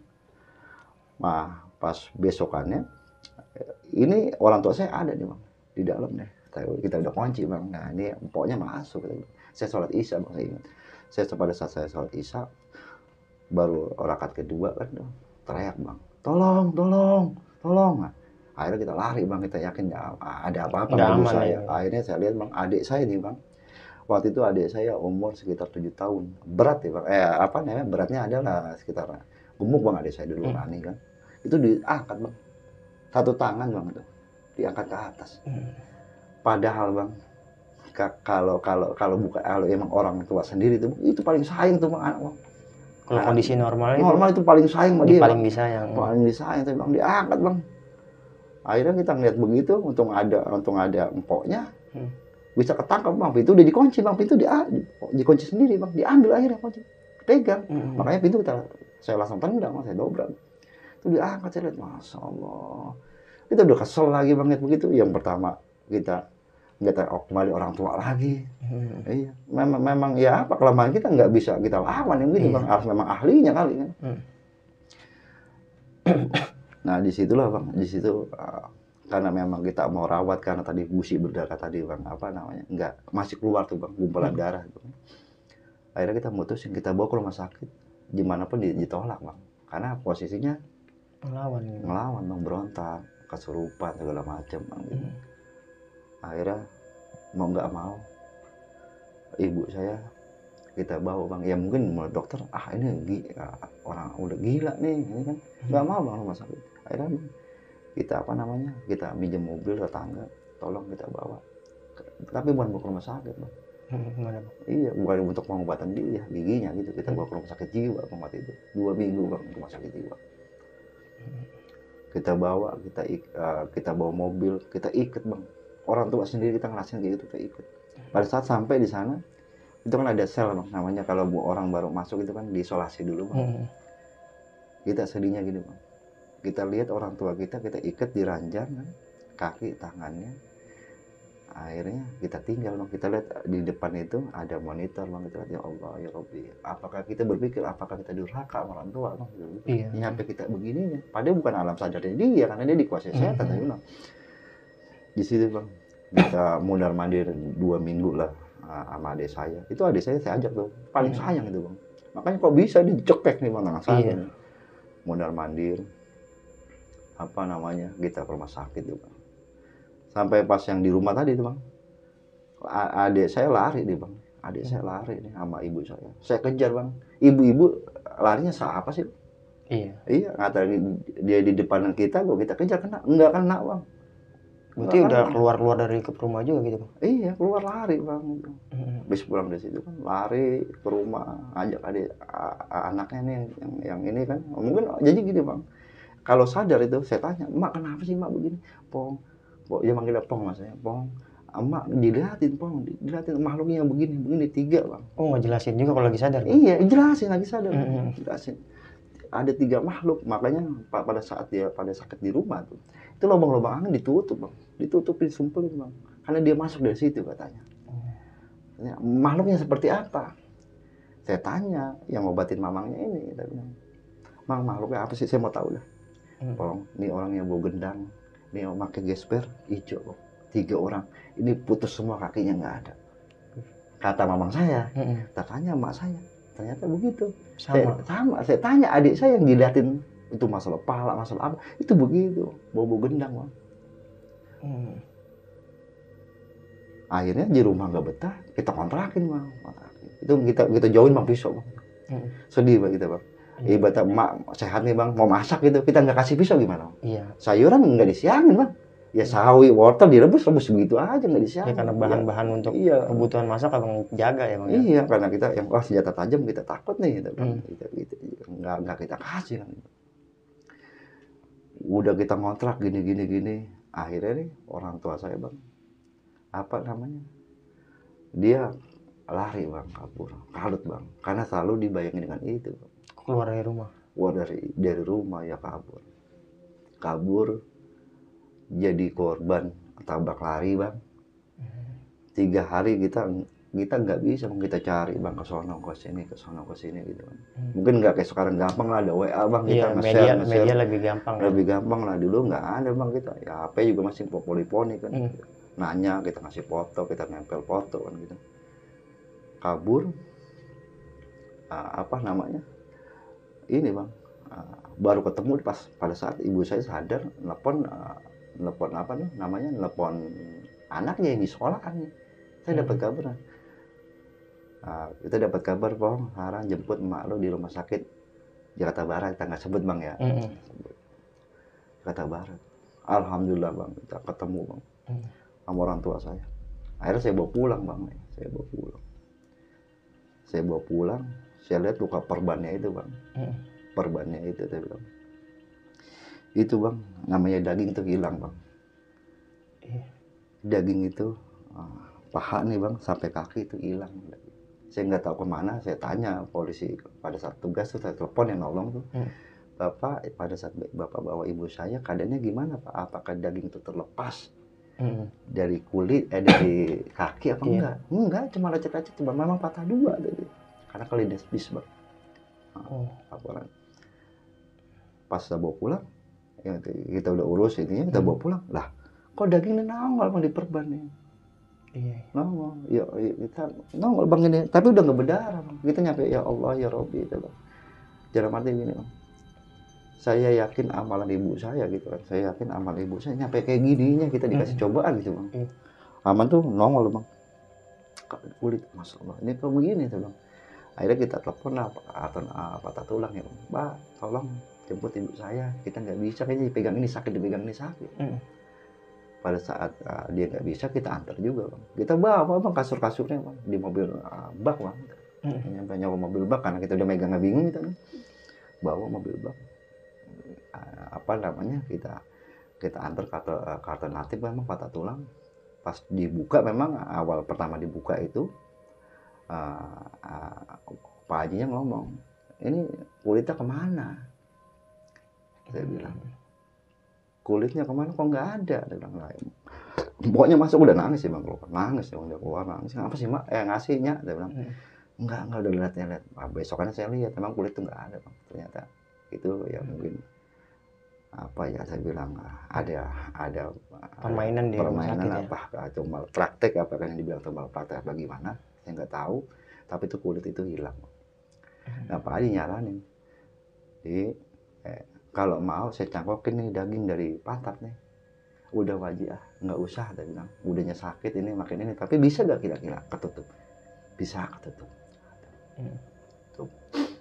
Nah, pas besokannya, ini orang tua saya ada nih Bang, di dalam nih. Kita udah kunci Bang, nah ini empoknya masuk. Saya sholat isya Bang, saya ingat. Saya pada saat saya sholat isya, baru rakaat kedua kan, teriak Bang, tolong, tolong, tolong. Nah, akhirnya kita lari Bang, kita yakin ya, ada apa-apa dengan saya. Ya. Akhirnya saya lihat Bang, adik saya nih Bang. Waktu itu adik saya umur sekitar tujuh tahun, berat ya Bang. Eh apa namanya? Beratnya adalah sekitar gemuk Bang adik saya dulu hmm. Rani kan. Itu diangkat Bang, satu tangan Bang itu, diangkat ke atas. Hmm. Padahal Bang, kalau kalau kalau bukan kalau emang orang tua sendiri itu itu paling sayang tuh Bang anak Bang. Kalau kondisi normal normal itu, itu paling sayang sama dia. Paling disayang. Paling disayang tuh Bang, diangkat Bang. Akhirnya kita ngeliat begitu, untung ada untung ada empoknya. Hmm. Bisa ketangkap Bang, pintu udah dikunci Bang, pintu dia dikunci sendiri Bang, diambil akhirnya kunci. Pegang. Hmm. Makanya pintu kita saya langsung tendang, saya dobrak. Itu diangkat, saya lihat, Masya Allah. Kita udah kesel lagi banget begitu. Yang pertama kita kita oh, kembali orang tua lagi. Hmm. Iya, memang memang ya apa kelemahan kita nggak bisa kita lawan yang gitu iya. Bang, harus memang ahlinya kali kan. Hmm. Nah disitulah Bang, di situ uh, karena memang kita mau rawat karena tadi gusi berdarah tadi Bang, apa namanya nggak masih keluar tuh Bang gumpalan hmm. darah. Bang. Akhirnya kita mutusin kita bawa ke rumah sakit, gimana pun ditolak Bang, karena posisinya ngelawan, ngelawan Bang, berontak, kesurupan segala macam Bang. Gitu. Hmm. Akhirnya mau nggak mau ibu saya kita bawa Bang, ya mungkin menurut dokter ah ini gila, orang udah gila nih ini kan nggak hmm. mau Bang rumah sakit. Akhirnya kita apa namanya kita minjem mobil tetangga, tolong kita bawa, tapi bukan bawa ke rumah sakit Bang. Hmm, iya bukan untuk pengobatan dia giginya gitu, kita bawa ke rumah sakit jiwa Bang waktu itu dua minggu Bang rumah sakit jiwa. Hmm. Kita bawa kita uh, kita bawa mobil, kita ikat Bang. Orang tua sendiri kita ngerasain gitu, kita ikut. Pada saat sampai di sana, itu kan ada sel Bang, namanya kalau orang baru masuk itu kan diisolasi dulu Bang. Hmm. Kita sedihnya gini Bang, kita lihat orang tua kita, kita ikat di ranjang kan, kaki, tangannya. Akhirnya kita tinggal bang, kita lihat di depan itu ada monitor bang, kita lihat ya Allah ya Rabbi, apakah kita berpikir apakah kita durhaka sama orang tua bang, gitu. Iya. Nyampe kita begininya, padahal bukan alam sadarnya dia, karena dia dikuasai setan. Mhm. Saya bilang di situ bang, kita mundar mandir dua minggu lah uh, sama adik saya. Itu adik saya saya ajak tuh, paling Mhm. sayang itu bang. Makanya kok bisa dicekek nih bang tangan saya. Iya. nih. Mundar mandir, apa namanya, kita ke rumah sakit tuh bang. Sampai pas yang di rumah tadi tuh bang, A- adik saya lari nih bang, adik saya lari nih sama ibu saya. Saya kejar bang, ibu-ibu larinya apa sih? Iya. Iya, ngatain dia di depan kita, kok kita kejar, kena enggak kena bang. Berarti Enggak udah kena. keluar-keluar dari ke rumah juga gitu bang? Iya, keluar lari bang. Mhm. Habis pulang dari situ kan lari ke rumah, ngajak adik a- a- anaknya nih yang yang ini kan. Mungkin jadi gini bang, kalau sadar itu saya tanya, emak kenapa sih emak begini? Pong, Pong, dia manggilnya Pong mas saya, Pong. Emak dilihatin Pong, dilihatin makhluknya yang begini, begini tiga bang. Oh nggak jelasin juga kalau lagi sadar? Bang? Iya, jelasin lagi sadar, Mhm. jelasin. Ada tiga makhluk, makanya pa- pada saat dia pada sakit di rumah tuh, itu lubang-lubang angin ditutup bang, ditutup disumpulin bang, karena dia masuk dari situ katanya. Katanya, makhluknya seperti apa? Saya tanya, yang ngobatin mamangnya ini, kita bilang, Mang makhluknya apa sih? Saya mau tahu dah. Mhm. Pong, ini orang yang bawa gendang, ini yang pakai gesper hijau, tiga orang, ini putus semua kakinya nggak ada. Kata mamang saya, Mhm. tak tanya emak saya, ternyata begitu. Sama. Saya, sama, saya tanya adik saya yang dilihatin itu masalah pala, masalah apa, itu begitu, bawa-bawa gendang bang. Mhm. Akhirnya di rumah nggak betah, kita kontrakin bang, kontrakin. Itu kita kita jauhin bang pisau bang. Mhm. Sedih bang kita bang. Iya. Ibaratnya emak sehat nih bang, mau masak gitu, kita nggak kasih pisau gimana? Iya. Sayuran nggak disiangin bang. Ya sawi, wortel direbus, rebus begitu aja nggak disiangin. Ya karena bahan-bahan ya, untuk iya. kebutuhan masak abang jaga ya bang ya? Iya, karena kita yang wah senjata tajam kita takut nih, gitu kan. Hmm. Kita, kita, nggak nggak kita kasih kan. Udah kita ngontrak gini gini gini, akhirnya nih orang tua saya bang, apa namanya? Dia lari bang, kabur, kalut bang, karena selalu dibayangin dengan itu. Bang. Keluar dari rumah? Keluar dari dari rumah ya kabur, kabur, jadi korban tabrak lari bang. Tiga hari kita kita nggak bisa bang, kita cari bang ke sono ke sini ke sono ke sini gitu bang. Mungkin nggak kayak sekarang gampang lah, ada W A bang, kita Iya, nge-share media nge-share. media lebih gampang Lebih ya? gampang lah, dulu nggak ada bang kita, ya H P juga masih poli-poli kan. Hmm. Nanya, kita ngasih foto, kita nempel foto kan gitu. Kabur, uh, apa namanya? Ini bang, uh, baru ketemu pas pada saat ibu saya sadar, nelpon, uh, nelpon apa nih namanya, nelpon anaknya yang di sekolah kan. Saya dapat kabar, uh, kita dapat kabar Pong, sekarang jemput emak lo di rumah sakit Jakarta Barat, kita nggak sebut bang ya. Hmm. Jakarta Barat. Alhamdulillah bang, kita ketemu bang, hmm. sama orang tua saya. Akhirnya saya bawa pulang bang, saya bawa pulang. Saya bawa pulang, saya lihat luka perbannya itu bang, hmm. perbannya itu saya bilang. Itu bang, namanya daging itu hilang bang. Daging itu, uh, paha nih bang, sampai kaki itu hilang. Saya nggak tahu kemana, saya tanya polisi pada saat tugas tuh, saya telepon yang nolong tuh. Hmm. Bapak, pada saat Bapak bawa ibu saya, keadaannya gimana Pak? Apakah daging itu terlepas hmm. dari kulit, eh dari kaki apa enggak? Iya. Enggak, cuma lecet-lecet, cuma memang patah dua tadi. Karena kalides bis bang. Nah, oh. Laporan. Pas kita bawa pulang, ya, kita udah urus intinya, kita hmm. bawa pulang. Lah, kok dagingnya nongol bang di perban nih? Iya. Nongol, ya, ya kita nongol bang ini, tapi udah nggak berdarah bang. Kita nyampe ya Allah ya Robbi itu bang. Jalan mati gini bang. Saya yakin amalan ibu saya gitu kan, saya yakin amal ibu saya nyampe kayak gininya kita dikasih hmm. cobaan gitu bang. Hmm. Aman tuh nongol bang, kulit, masya Allah, ini kok begini tuh bang. Akhirnya kita telepon lah atau patah tulang ya bang, Mbak tolong jemput ibu saya, kita nggak bisa kayaknya dipegang ini sakit, dipegang ini sakit. Hmm. Pada saat uh, dia nggak bisa, kita antar juga bang, kita bawa bang kasur-kasurnya bang di mobil uh, bak bang. Hmm. Nyampe nyawa mobil bak karena kita udah megang nggak bingung gitu kan, bawa mobil bak. Apa namanya, kita kita antar ke alternatif memang patah tulang. Pas dibuka memang awal pertama dibuka itu uh, uh, Pak Hajinya ngomong, ini kulitnya kemana? Saya bilang, kulitnya kemana kok nggak ada? Dia bilang, pokoknya masuk udah nangis sih bang, keluar nangis ya, udah keluar nangis. Apa sih mak? Eh ngasihnya, dia bilang. Hmm. Enggak, enggak udah lihat lihat. Nah, besokannya saya lihat, memang kulit itu enggak ada bang. Ternyata itu ya mungkin apa ya saya bilang ada ada permainan di rumah permainan sakit apa ya? Cuma praktek apa kan yang dibilang cuma praktek bagaimana? Saya nggak tahu. Tapi itu kulit itu hilang. Nah Pak Adi nyaranin, di eh, kalau mau saya cangkokin nih daging dari pantat nih. Udah wajib ah, nggak usah, dia bilang. Udahnya sakit ini makin ini, tapi bisa gak kira-kira ketutup? Bisa ketutup. Hmm. Tuh.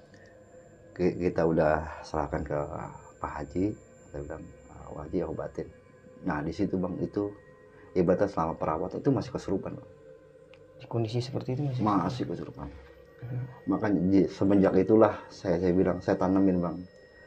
Kita udah serahkan ke Pak Haji, saya bilang, Pak Haji obatin. Nah di situ bang, itu ibaratnya selama perawatan itu masih kesurupan bang. Di kondisi seperti itu masih masih kesurupan. Hmm. Makanya semenjak itulah saya saya bilang, saya tanemin bang,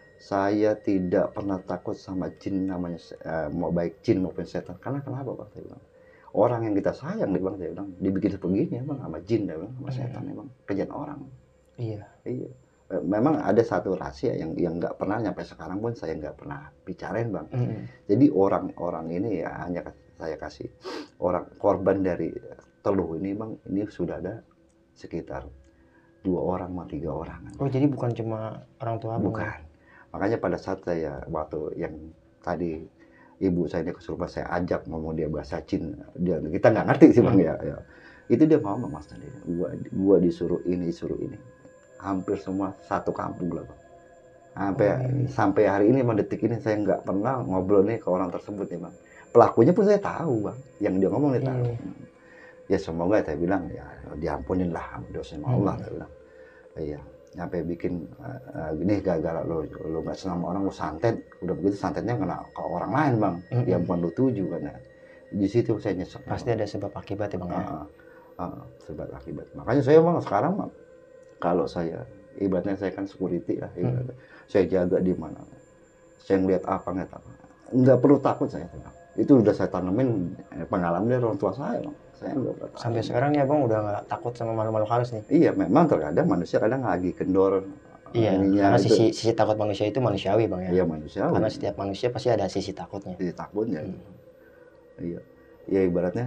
saya tidak pernah takut sama jin namanya, eh, mau baik jin maupun setan. Karena kenapa bang? Saya bilang, orang yang kita sayang nih bang, saya bilang, dibikin seperti ini ya bang, sama jin, dia bilang, sama setan ya bang, kerjaan orang. Iya. Iya. Memang ada satu rahasia yang yang nggak pernah sampai sekarang pun saya nggak pernah bicarain bang. Mm. Jadi orang-orang ini ya hanya saya kasih orang korban dari teluh ini bang, ini sudah ada sekitar dua orang atau tiga orang. Oh jadi bukan cuma orang tua bang? Bukan. Makanya pada saat saya waktu yang tadi ibu saya ini kesurupan, saya ajak ngomong dia bahasa Cina, dia kita nggak ngerti sih bang. Mm. ya, ya. Itu dia ngomong mas tadi, gua gua disuruh ini disuruh ini. Hampir semua satu kampung lah bang. Sampai oh. sampai hari ini, detik ini saya nggak pernah ngobrol nih ke orang tersebut ya bang. Pelakunya pun saya tahu bang, yang dia ngomong dia tahu. Hmm. Ya semoga saya bilang ya diampunin lah dosa sama Allah. Hmm. Saya bilang, iya. Sampai bikin uh, gini gara-gara lo lo nggak senang sama orang, lo santet, udah begitu santetnya kena ke orang lain bang. Hmm. Yang bukan lo tuju kan. Ya. Di situ saya nyesek. Pasti bang. Ada sebab akibat ya bang. Uh, uh, uh, sebab akibat. Makanya saya bang sekarang bang, kalau saya ibaratnya saya kan security lah, ibaratnya. Hmm. Saya jaga di mana, saya ngeliat apa nggak apa, nggak perlu takut saya. Itu udah saya tanemin pengalaman dari orang tua saya bang. Saya nggak pernah. Sampai sekarang ya bang udah nggak takut sama makhluk-makhluk halus nih? Iya memang terkadang manusia kadang lagi kendor. Iya. Ininya, karena sisi itu, sisi takut manusia itu manusiawi bang ya. Iya manusiawi. Karena setiap manusia pasti ada sisi takutnya. Sisi takutnya. Hmm. Iya. Iya ibaratnya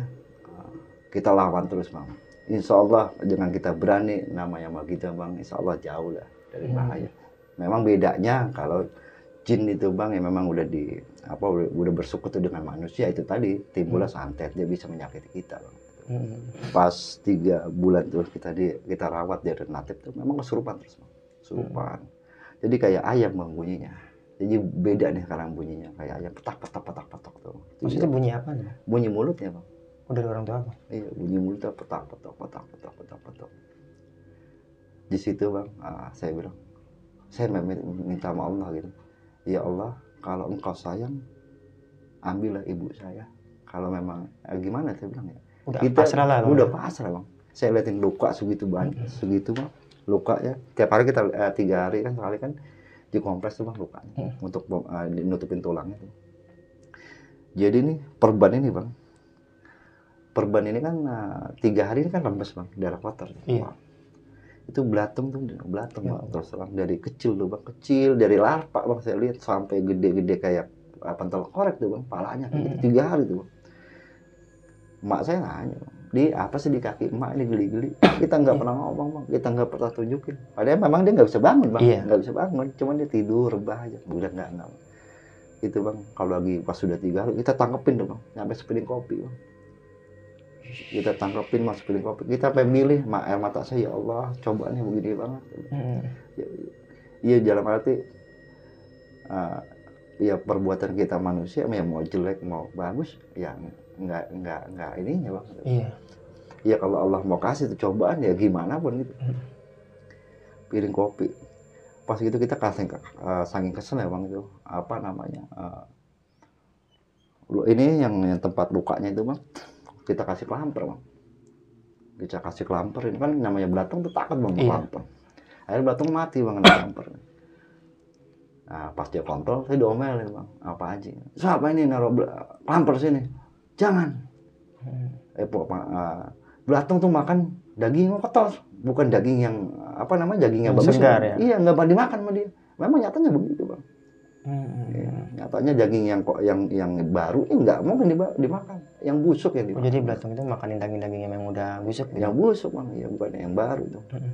kita lawan terus bang. Insya Allah dengan kita berani namanya sama kita bang, insya Allah jauh lah dari bahaya. Hmm. Memang bedanya kalau jin itu bang ya memang udah di apa udah, udah bersekutu dengan manusia, itu tadi timbullah hmm. santet, dia bisa menyakiti kita bang. Hmm. Pas tiga bulan tuh kita di kita rawat di alternatif tuh memang kesurupan terus bang, kesurupan. Hmm. Jadi kayak ayam bang bunyinya. Jadi beda nih sekarang bunyinya, kayak ayam petak petak petak petak tuh. Maksudnya bunyi apa nih? Bunyi mulutnya bang. Oh, dari orang tua apa? Iya, bunyi mulut petak petak petak petak petak petak. Di situ bang, ah, saya bilang, saya minta sama Allah gitu. Ya Allah, kalau engkau sayang, ambillah ibu saya. Kalau memang eh, gimana saya bilang ya. Udah kita, pasrah lah. Udah pasrah bang. Saya liatin luka segitu banyak, mm-hmm. segitu bang. Luka ya. Tiap hari kita eh, tiga hari kan sekali kan dikompres tuh bang lukanya, mm-hmm. untuk uh, nutupin tulangnya tuh. Jadi nih perban ini bang. Perban ini kan uh, tiga hari ini kan rembes bang, darah kotor. Iya. Itu belatung tuh, belatung ya, bang. Terus terang dari kecil tuh bang, kecil dari larva bang saya lihat sampai gede-gede kayak uh, pentol korek tuh bang, palanya mm. gitu, tiga hari tuh bang. Emak saya nanya, di apa sih di kaki emak ini geli-geli? Kita nggak pernah ngomong bang, kita nggak pernah tunjukin. Padahal memang dia nggak bisa bangun bang, nggak iya. bisa bangun, cuman dia tidur rebah aja, bulan nggak nggak. Itu bang, kalau lagi pas sudah tiga hari kita tangkepin tuh bang, nyampe sepiring kopi bang. Kita tangkapin mas piring kopi, kita pengen milih mak air mata saya, ya Allah cobaannya begini banget. Hmm. Ya, iya dalam arti uh, ya perbuatan kita manusia ya mau jelek mau bagus ya nggak nggak nggak ininya bang. Iya. Ya kalau Allah mau kasih tuh cobaan ya gimana pun gitu. Hmm. Piring kopi, pas gitu kita kasih uh, saking kesel ya bang itu apa namanya uh, ini yang, yang tempat lukanya itu bang. Kita kasih kelamper bang, kita kasih kelamper ini kan namanya belatung tuh takut bang iya. kelamper. Akhirnya belatung mati bang kena kelamper. Nah pas dia kontrol saya diomelin bang, apa aja? Siapa ini naruh kelamper sini? Jangan. Hmm. Eh pokok uh, belatung tuh makan daging kotor, bukan daging yang apa namanya dagingnya bagus. Segar ya? Iya nggak pernah dimakan sama dia. Memang nyatanya begitu bang. Hmm. Ya, nyatanya daging yang kok yang yang baru ini nggak mungkin diba- dimakan, yang busuk yang Oh, dimakan. jadi belatung itu makanin daging-daging yang memang udah busuk gitu. Yang busuk bang, ya bukan yang baru tuh. Hmm.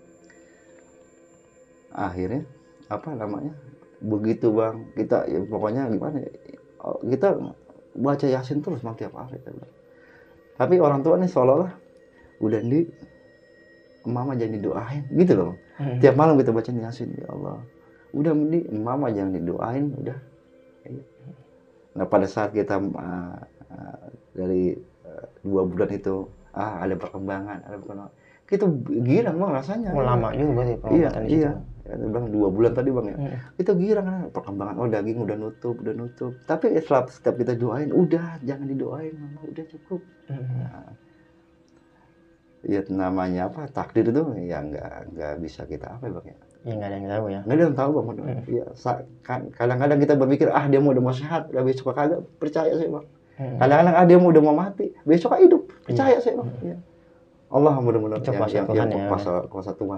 Akhirnya apa namanya? Begitu bang, kita ya, pokoknya gimana? Ya, kita baca Yasin terus bang tiap hari. Tapi orang tua nih seolah-olah udah di mama jangan didoain gitu loh. Hmm. Tiap malam kita baca Yasin, ya Allah. Udah mending mama jangan didoain, udah. Nah pada saat kita uh, uh, dari uh, dua bulan itu ah ada perkembangan, ada perkembangan, kita girang bang rasanya. Oh, lama juga berarti Iya pengobatan di situ. iya. Ya, bilang dua bulan tadi bang ya. Hmm. Kita girang kan perkembangan. Oh daging udah nutup, udah nutup. Tapi setelah setiap kita doain, udah jangan didoain, mama udah cukup. Hmm. Nah, ya namanya apa takdir itu ya nggak nggak bisa kita apa ya bang ya. Ya nggak ada yang tahu ya. Nggak ada yang tahu bang. Hmm. Ya, kadang-kadang kita berpikir ah dia mau udah mau sehat, udah besok kagak, percaya sih bang. Hmm. Kadang-kadang ah dia mau udah mau mati, besok hidup, percaya Iya. sih bang. Hmm. Ya. Allah mudah-mudahan Itu yang, kuasa yang, Tuhan yang ya. kuasa kuasa Tuhan.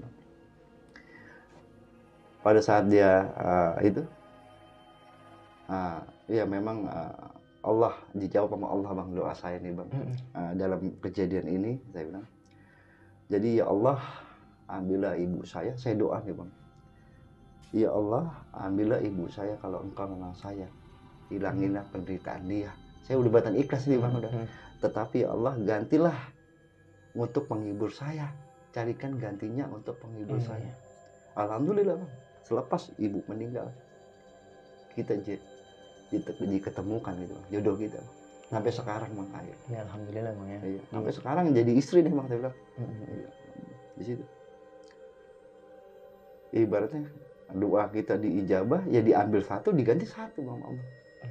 Pada saat dia uh, itu, uh, ya memang uh, Allah dijawab sama Allah bang doa saya nih bang. Hmm. Uh, dalam kejadian ini saya bilang, jadi ya Allah ambillah ibu saya, saya doa nih bang. Ya Allah, ambillah ibu saya kalau engkau memang saya. Hilanginlah penderitaan dia. Saya udah batan ikhlas nih bang udah. Hmm. Tetapi ya Allah gantilah untuk penghibur saya. Carikan gantinya untuk penghibur Hmm. saya. Alhamdulillah bang. Selepas ibu meninggal, kita diketemukan gitu bang. Jodoh kita bang. Sampai sekarang bang akhir. Ya alhamdulillah bang ya. Iya. Sampai iya. Sekarang jadi istri nih bang saya bilang. Hmm. Iya. Di situ. Ibaratnya doa kita diijabah, ya diambil satu, diganti satu bang Allah.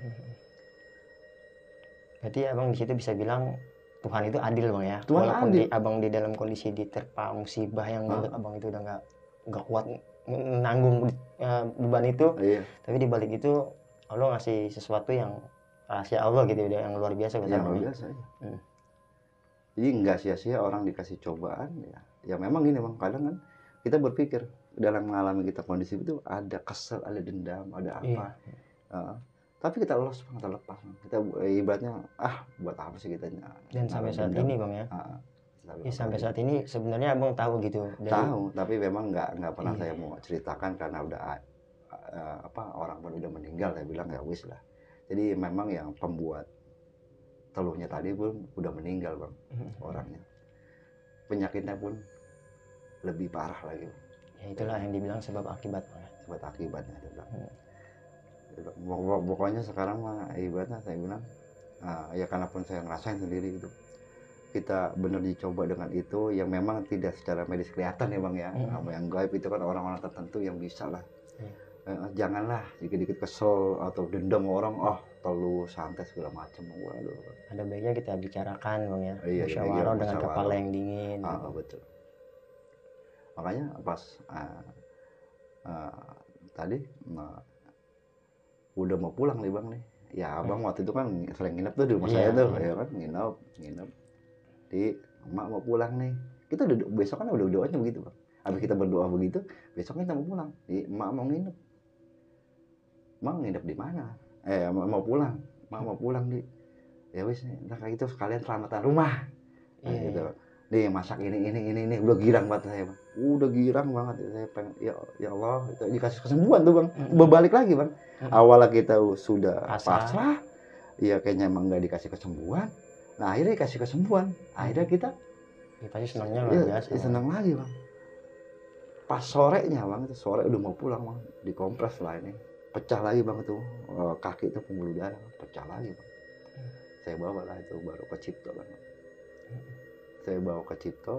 Berarti abang di situ bisa bilang Tuhan itu adil bang ya. Tuhan Walaupun adil. Di, abang di dalam kondisi diterpa musibah yang menurut Ah. abang itu udah nggak nggak kuat menanggung uh, beban itu, Iya. tapi di balik itu Allah ngasih sesuatu yang rahasia Allah gitu ya, yang luar biasa. Yang luar biasa ya. Hmm. Jadi nggak sia-sia orang dikasih cobaan ya. Ya memang gini bang, kadang kan kita berpikir dalam mengalami kita kondisi itu ada kesel, ada dendam, ada apa. Iya. Uh, tapi kita lolos bang, kita lepas. Kita ibaratnya ah buat apa sih kita. Dan sampai saat dendam. Ini bang ya. Uh, ya, sampai saat ini sebenarnya abang tahu gitu. Dari... Tahu, tapi memang nggak nggak pernah iya. Saya mau ceritakan karena udah uh, apa orang pun udah meninggal. Saya bilang ya wis lah. Jadi memang yang pembuat teluhnya tadi pun udah meninggal bang hmm. orangnya. Penyakitnya pun lebih parah lagi. Ya itulah yang dibilang sebab akibat. Sebab akibatnya. Hmm. Pokoknya sekarang mah ibaratnya saya bilang, uh, ya karena pun saya ngerasain sendiri itu. Kita benar dicoba dengan itu yang memang tidak secara medis kelihatan ya bang ya. Hmm. Yang gaib itu kan orang-orang tertentu yang bisa lah. Hmm. Uh, janganlah dikit-dikit kesel atau dendam orang, oh terlalu santai segala macam. Waduh. Ada baiknya kita bicarakan bang ya. Iya, musyawarah iya, dengan kepala yang dingin. Ah, gitu. Betul. Makanya pas uh, uh, tadi uh, udah mau pulang nih bang nih. Ya abang hmm. waktu itu kan sering nginep tuh di rumah iya, saya tuh, iya. Ya kan nginep, nginep. Di emak mau pulang nih. Kita udah besok kan udah doanya begitu bang. Habis kita berdoa begitu, besoknya kita mau pulang. Di emak mau nginep. Emak nginep di mana? Eh mau pulang, emak mau pulang di. Ya wis nih, nah kayak gitu sekalian selamatan rumah. Nah, iya, gitu. Nih masak ini ini ini ini udah girang banget saya bang. Udah girang banget saya pengen ya ya Allah itu dikasih kesembuhan tuh bang. Mm-hmm. Berbalik lagi bang. Mm-hmm. Awalnya kita sudah pasrah, ya kayaknya emang nggak dikasih kesembuhan. Nah akhirnya dikasih kesembuhan. Akhirnya kita ya, pasti senangnya luar biasa. Ya, senang lagi bang. Pas sorenya bang itu sore udah mau pulang bang, dikompres lah ini. Pecah lagi bang itu kaki itu pembuluh darah pecah lagi bang. Hmm. Saya bawa lah itu baru ke Cipto bang. Hmm. Saya bawa ke Cipto.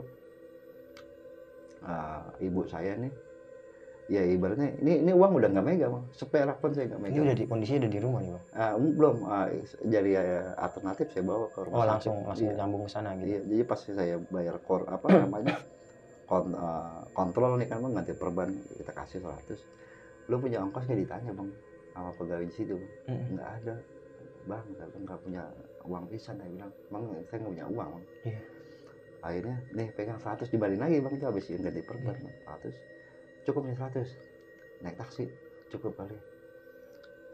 Uh, ibu saya nih, ya ibaratnya ini ini uang udah nggak megang bang, seperak pun saya nggak megang. Ini udah di kondisi udah di rumah nih bang? Uh, belum, uh, jadi uh, alternatif saya bawa ke rumah. Oh langsung sakit. Langsung nyambung ke sana gitu. Iya, jadi pas saya bayar kor apa namanya kon, uh, kontrol nih kan bang ganti perban kita kasih seratus. Lu punya ongkos nggak ditanya bang sama pegawai di situ bang? Mm-hmm. Nggak ada bang, nggak punya uang pisan. Saya bilang bang saya nggak punya uang bang. Yeah. Akhirnya nih pegang seratus dibalikin lagi bang itu habisin ganti perban yeah. seratus cukup nih seratus naik taksi cukup kali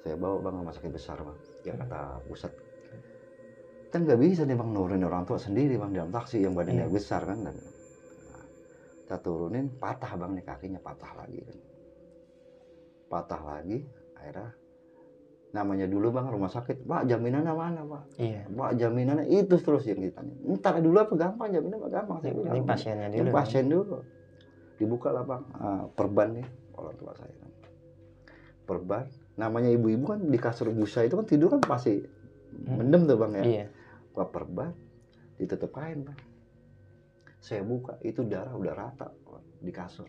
saya bawa bang rumah sakit besar bang, ya kata pusat kan nggak bisa nih bang nurunin orang tua sendiri bang dalam taksi yang badannya Iya. besar kan. Dan nah, kita turunin patah bang nih kakinya patah lagi kan, patah lagi akhirnya namanya dulu bang rumah sakit, pak jaminannya mana pak? Iya. Pak jaminannya itu terus yang ditanya. Entar dulu apa gampang jaminannya apa gampang? Saya bilang, Ini pasiennya dulu. yang pasien dulu. Dibuka lah bang, uh, perban nih orang tua saya kan. Perban, namanya ibu-ibu kan di kasur busa itu kan tidur kan pasti hmm. mendem tuh bang ya. Iya. Buka perban, ditutup kain bang. Saya buka itu darah udah rata bang, di kasur.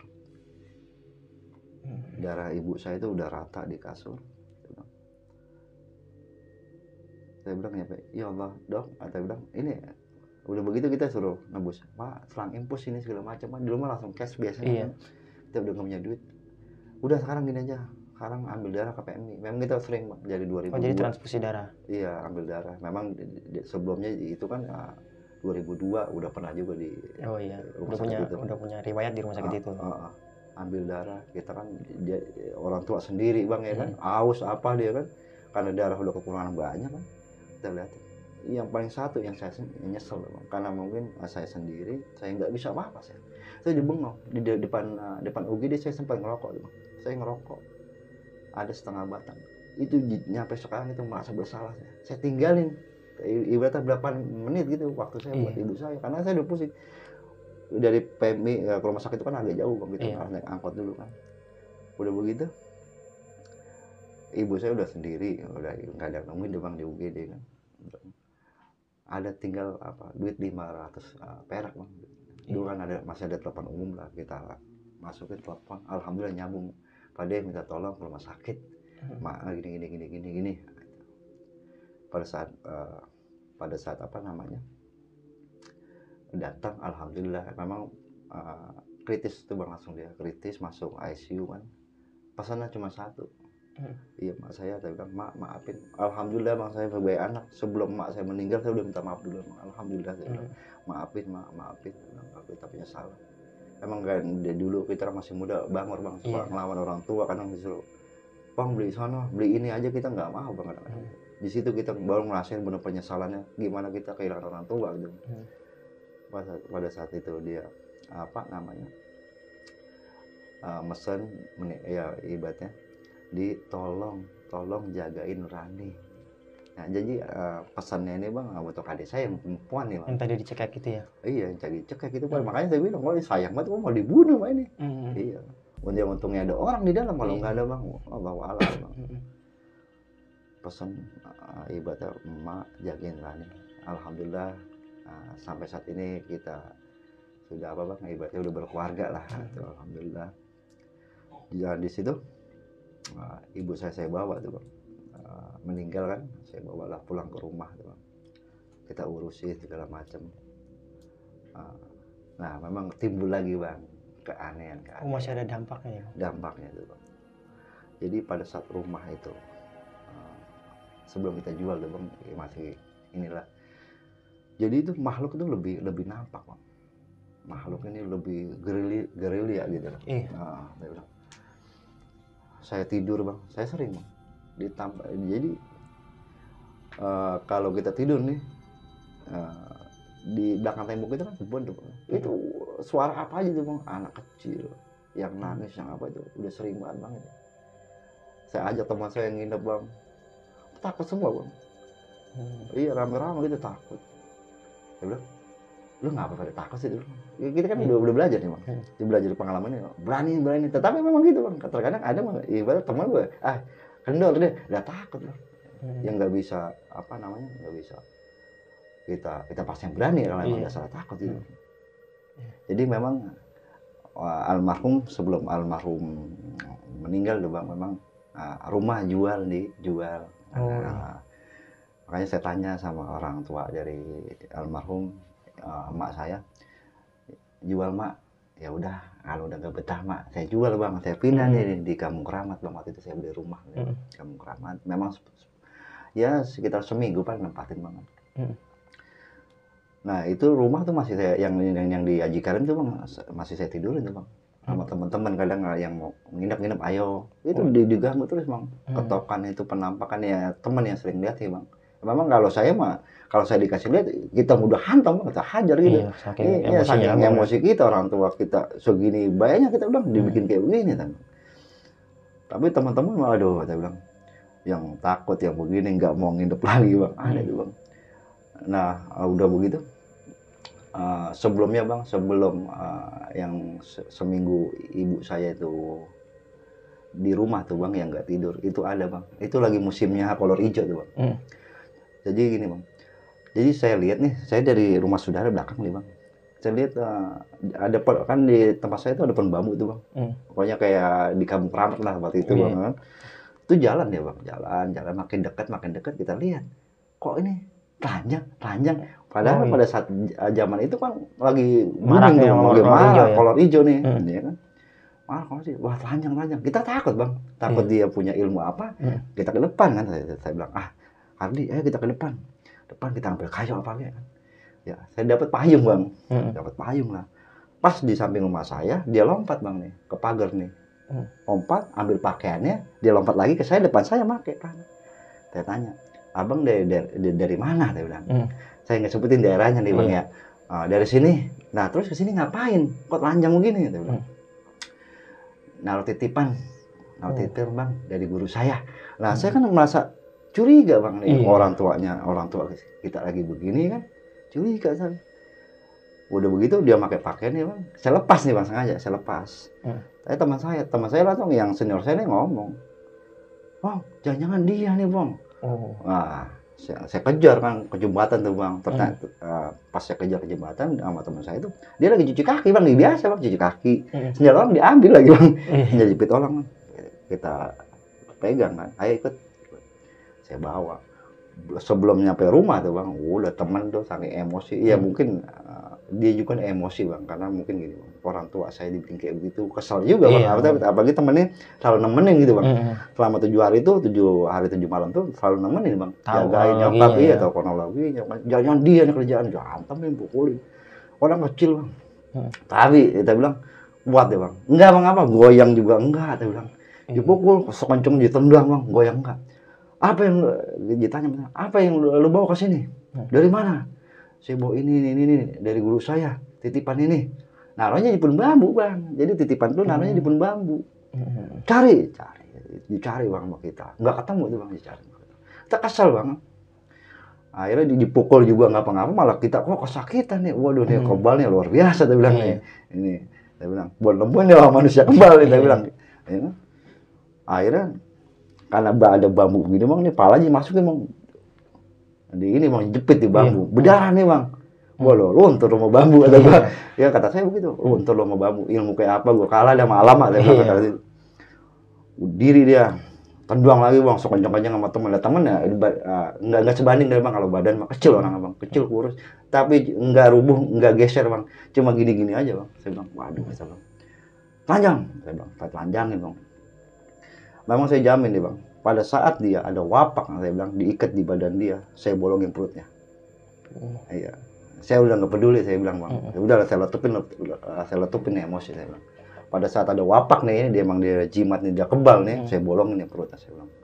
Hmm. Darah ibu saya itu udah rata di kasur. Saya bilang ya, ya Allah dok, saya bilang ini udah begitu kita suruh nebus, pak selang impus ini segala macam, di rumah langsung cash biasanya. Iya. Kita udah nggak punya duit, udah sekarang gini aja, sekarang ambil darah K P M I. Memang kita sering bang, jadi dua ribu dua. Oh jadi transfusi darah? Iya ambil darah, memang di, di, sebelumnya itu kan uh, dua ribu dua udah pernah juga di oh iya rumah udah sakit punya itu. Udah punya riwayat di rumah sakit uh, itu. Uh, uh, ambil darah, kita kan dia, orang tua sendiri bang ya kan, hmm. aus apa dia kan, karena darah udah kekurangan banyak kan. Kita lihat yang paling satu yang saya nyesel bang, karena mungkin saya sendiri saya nggak bisa apa-apa saya saya dibengong di depan uh, depan U G D. Saya sempat ngerokok bang, saya ngerokok ada setengah batang itu nyampe sekarang itu merasa bersalah saya saya tinggalin ibaratnya berapa menit gitu waktu saya buat iya. ibu saya, karena saya udah pusing dari P M I ke rumah sakit itu kan agak jauh bang gitu, iya. naik angkot dulu kan. Udah begitu ibu saya udah sendiri, udah nggak ada nungguin bang di U G D kan. Ada tinggal apa duit lima ratus uh, perak bang. Dulu kan ada masih ada telepon umum lah, kita masukin telepon, alhamdulillah nyambung. Padahal minta tolong ke rumah sakit, mak gini gini gini gini gini. Pada saat uh, pada saat apa namanya datang, alhamdulillah memang uh, kritis tuh bang, langsung dia kritis masuk I C U kan. Pesannya cuma satu. Hmm. Iya mak saya, saya bilang mak maafin, alhamdulillah bang saya sebagai anak sebelum mak saya meninggal saya udah minta maaf dulu bang. Alhamdulillah saya bilang hmm. maafin mak maafin, maafin tapi salah. Emang kan dari dulu kita masih muda bangor bang, suka yeah. ngelawan orang tua, kadang disuruh bang beli sana beli ini aja kita nggak mau bang. Hmm. Di situ kita baru ngerasain benar penyesalannya gimana kita kehilangan orang tua gitu. Hmm. Pada, pada saat itu dia apa namanya uh, mesen ya ibaratnya ditolong tolong jagain Rani. Nah jadi uh, pesannya ini bang untuk adik saya yang perempuan nih bang. Yang tadi dicekek gitu ya? Iya yang tadi dicekek gitu hmm. makanya saya bilang kalau sayang banget mau dibunuh bang ini. Hmm. Iya. Untung untungnya ada orang di dalam, kalau nggak iya. ada bang, Allah wa'ala bang. Hmm. Pesan uh, ibadah emak jagain Rani. Alhamdulillah uh, sampai saat ini kita sudah apa bang ibaratnya udah berkeluarga lah. Hmm. Tuh, alhamdulillah. Jalan di situ. Uh, ibu saya saya bawa tuh bang, uh, meninggal kan, saya bawalah pulang ke rumah tuh bang, kita urusin segala macam. Uh, nah memang timbul lagi bang keanehan, keanehan. Oh masih ada dampaknya ya? Dampaknya tuh bang. Jadi pada saat rumah itu uh, sebelum kita jual tuh bang, ya masih inilah. Jadi itu makhluk itu lebih lebih nampak bang. Makhluk ini lebih gerili gerilya gitu. Iya. Nah, saya bilang. Saya tidur bang, saya sering bang ditambah. Jadi uh, kalau kita tidur nih uh, di belakang tembok itu kan kebun tuh bang. Itu suara apa aja tuh bang, anak kecil yang nangis yang apa itu udah sering banget bang. Saya ajak teman saya yang nginep bang, takut semua bang. Hmm. Iya rame-rame gitu takut. Saya bilang, lu ngapa pada takut sih dulu? Ya, kita kan hmm. udah, udah belajar nih bang, hmm. dia belajar pengalamannya, berani berani. Tetapi memang gitu bang, terkadang ada bang, ibarat teman gue, ah kendor deh, udah takut bang. Hmm. Yang nggak bisa apa namanya, nggak bisa kita kita pasti yang berani kalau memang nggak salah takut gitu. Hmm. Jadi memang uh, almarhum sebelum almarhum meninggal tuh bang, memang uh, rumah jual di jual. Oh, uh, iya. Makanya saya tanya sama orang tua dari almarhum. Uh, emak saya jual mak, ya udah kalau udah gak betah mak saya jual bang, saya pindah hmm. nih di Kampung Keramat bang. Waktu itu saya beli rumah hmm. di Kampung Keramat, memang ya sekitar seminggu paling nempatin banget. Hmm. Nah itu rumah tuh masih saya yang yang, yang di Aji Karim tuh bang, masih saya tidurin tuh bang. sama teman-teman kadang yang mau nginep-nginep ayo itu Oh. diganggu terus bang. Hmm. Ketokan itu penampakan ya teman yang sering lihat sih bang. Memang kalau saya mah kalau saya dikasih lihat kita mudah hantam kita hajar gitu. Iya, saking Iya, emosinya saking abang ya. emosi kita orang tua kita segini bayarnya kita bilang dibikin kayak begini kan. Tapi teman-teman malah aduh saya bilang yang takut yang begini nggak mau nginep lagi bang ada Hmm. tuh bang. Nah udah begitu uh, sebelumnya bang sebelum uh, yang se- seminggu ibu saya itu di rumah tuh bang yang nggak tidur itu ada bang itu lagi musimnya kolor hijau tuh bang. Hmm. Jadi gini bang jadi saya lihat nih saya dari rumah saudara belakang nih bang saya lihat uh, ada pe- kan di tempat saya itu ada pohon bambu tuh bang. Hmm. Pokoknya kayak di kampung keramat lah waktu itu Iya. bang kan. Itu jalan ya bang jalan jalan makin dekat makin dekat kita lihat kok ini telanjang telanjang padahal Oh, iya. pada saat j- zaman itu kan lagi Marak booming tuh yang lagi kolor marah hijau ya? kolor hijau nih Hmm. ya kan marah kolor hijau wah telanjang telanjang kita takut bang takut Iya. dia punya ilmu apa Hmm. kita ke depan kan saya, saya bilang ah Hardi ayo kita ke depan depan kita ambil kayu apa ya kan ya saya dapat payung bang Hmm. dapat payung lah pas di samping rumah saya dia lompat bang nih ke pagar nih Hmm. lompat ambil pakaiannya dia lompat lagi ke saya depan saya pakai kan saya tanya abang dari dari, dari mana saya bilang Hmm. saya nggak sebutin daerahnya nih bang Iya. ya "Ah, dari sini nah terus ke sini ngapain kok telanjang begini saya bilang Hmm. naruh titipan naruh Oh. titipan bang dari guru saya nah Hmm. saya kan merasa curiga bang nih Iya. orang tuanya orang tua kita lagi begini kan curiga saya udah begitu dia pakai pakaiannya bang saya lepas nih bang sengaja saya lepas Hmm. saya teman saya teman saya langsung yang senior saya nih ngomong bang jangan-jangan dia nih bang Oh. wah saya, saya kejar kan ke jembatan tuh bang ternyata uh, pas saya kejar ke jembatan sama teman saya itu dia lagi cuci kaki bang nih biasa bang cuci kaki Hmm. sendal orang diambil lagi bang Iya. sendal jepit orang bang. Kita pegang kan ayo ikut saya bawa sebelum nyampe rumah tuh bang udah teman tuh saking emosi ya Hmm. mungkin uh, dia juga emosi bang karena mungkin gini bang orang tua saya dibikin kayak begitu kesel juga bang Iya. apalagi, apalagi temennya selalu nemenin gitu bang Hmm. selama tujuh hari itu tujuh hari tujuh malam tuh selalu nemenin bang Tahu jagain nyokap kronologinya iya ya. tahu kronologinya jangan dia nih kerjaan jangan nih pukulin orang kecil bang Hmm. tapi kita bilang buat deh bang enggak bang apa goyang juga enggak kita bilang Iya. dipukul sekenceng ditendang bang goyang enggak apa yang lu- ditanya apa yang lu, lu bawa ke sini Hmm. dari mana saya bawa ini ini ini ini, dari guru saya titipan ini naruhnya di pohon bambu bang jadi titipan tuh naruhnya di pohon bambu Hmm. cari cari dicari bang sama kita nggak ketemu tuh bang dicari kita kesal bang akhirnya di- dipukul juga nggak apa-apa malah kita kok kesakitan nih waduh nih Hmm. kebalnya luar biasa dia bilang Iya. nih ini saya bilang buat nemuin ya manusia kebal nih saya Iya. bilang ya kan? Akhirnya karena ba- ada bambu gini bang nih palanya masukin bang di ini bang jepit di bambu Iya. berdarah nih bang wah lo luntur lo mau bambu kata gua ya kata saya begitu luntur lo mau bambu ilmu kayak apa gua kalah sama alam saya bilang Iya. kata dia. Diri dia tendang lagi bang sekencang-kencang sama temen temen ya uh, nggak nggak sebanding deh bang kalau badan mah kecil orang bang kecil kurus tapi nggak rubuh nggak geser bang cuma gini-gini aja bang saya bilang waduh saya bang telanjang saya bilang saya telanjangin bang memang saya jamin nih bang pada saat dia ada wapak saya bilang diikat di badan dia saya bolongin perutnya Hmm. iya saya udah nggak peduli saya bilang bang Hmm. ya udah saya letupin saya letupin emosi saya bilang pada saat ada wapak nih dia emang dia jimat nih dia kebal nih Hmm. saya bolongin nih perutnya saya bilang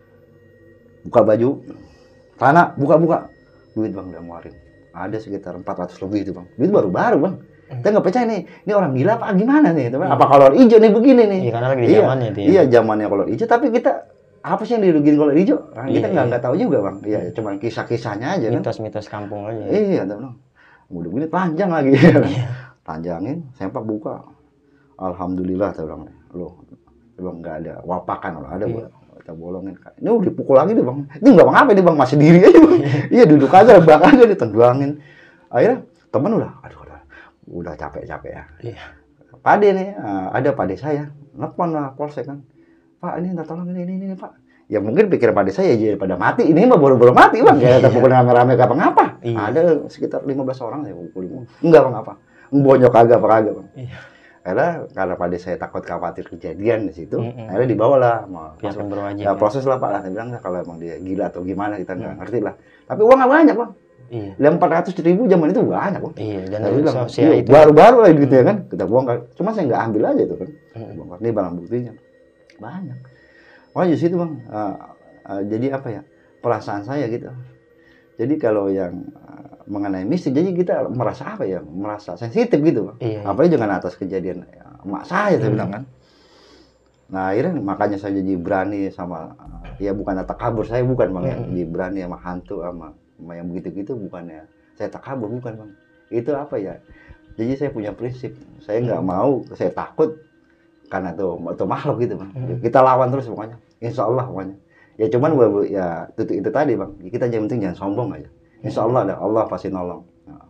buka baju celana buka buka duit bang udah muarin ada sekitar empat ratus lebih itu bang duit baru baru bang Hmm. saya nggak percaya nih ini orang gila apa gimana nih teman Hmm. apa kolor hijau nih begini nih Iya, karena lagi di iya zamannya itu ya. iya zamannya kolor hijau tapi kita apa sih yang dirugiin kolor hijau nah, kita Iya, nggak iya. nggak tahu juga bang iya Hmm. cuman kisah-kisahnya aja kan Mitos-mitos kampung aja. iya teman udah begini panjang lagi Iya. panjangin sempak buka alhamdulillah saya bilang loh bang nggak ada wapakan loh ada Iya. kita bolongin ini udah dipukul lagi deh bang ini nggak bang apa ini bang masih diri aja bang iya duduk aja bang aja ditendangin akhirnya teman udah aduh udah udah capek-capek ya Iya. pade nih uh, ada pade saya nelfon lah polsek kan pak ini minta tolong ini ini ini pak ya mungkin pikir pade saya jadi pada mati ini mah baru-baru mati bang kayak kita pukul rame-rame gak apa-apa Iya. ada sekitar lima belas orang saya pukul enggak bang apa bonyok agak apa kagak bang Iya. akhirnya karena pada saya takut khawatir kejadian di situ Mm-mm. akhirnya dibawa lah mau Pihak yang berwajib. ya, ya. proses lah pak lah saya bilang lah kalau emang dia gila atau gimana kita nggak ngerti lah tapi uang nggak banyak bang Iya. Yang empat ratus ribu zaman itu banyak bang. Iya. Dan Saya bilang, sosial iya, itu baru-baru lah gitu ya kan, kita bongkar. Cuma saya nggak ambil aja tuh kan. Hmm. Bongkar. Ini barang buktinya banyak. Oh di situ bang. Uh, uh, jadi apa ya? Perasaan saya gitu. Jadi kalau yang uh, mengenai mistik, jadi kita merasa apa ya? Merasa sensitif gitu bang. Iya, iya. Apalagi dengan atas kejadian ya, emak saya, saya Hmm. bilang kan. Nah akhirnya makanya saya jadi berani sama, ya bukan takabur, saya bukan bang, yang jadi berani sama hantu sama, sama yang begitu-gitu, bukannya saya takabur, bukan bang. Itu apa ya, jadi saya punya prinsip, saya nggak mau, saya takut karena tuh, itu makhluk gitu bang. Kita lawan terus pokoknya, insya Allah pokoknya. Ya cuman ya itu, itu tadi bang, kita yang penting jangan sombong aja. Insya Allah ada, Allah pasti nolong.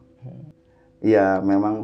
Iya memang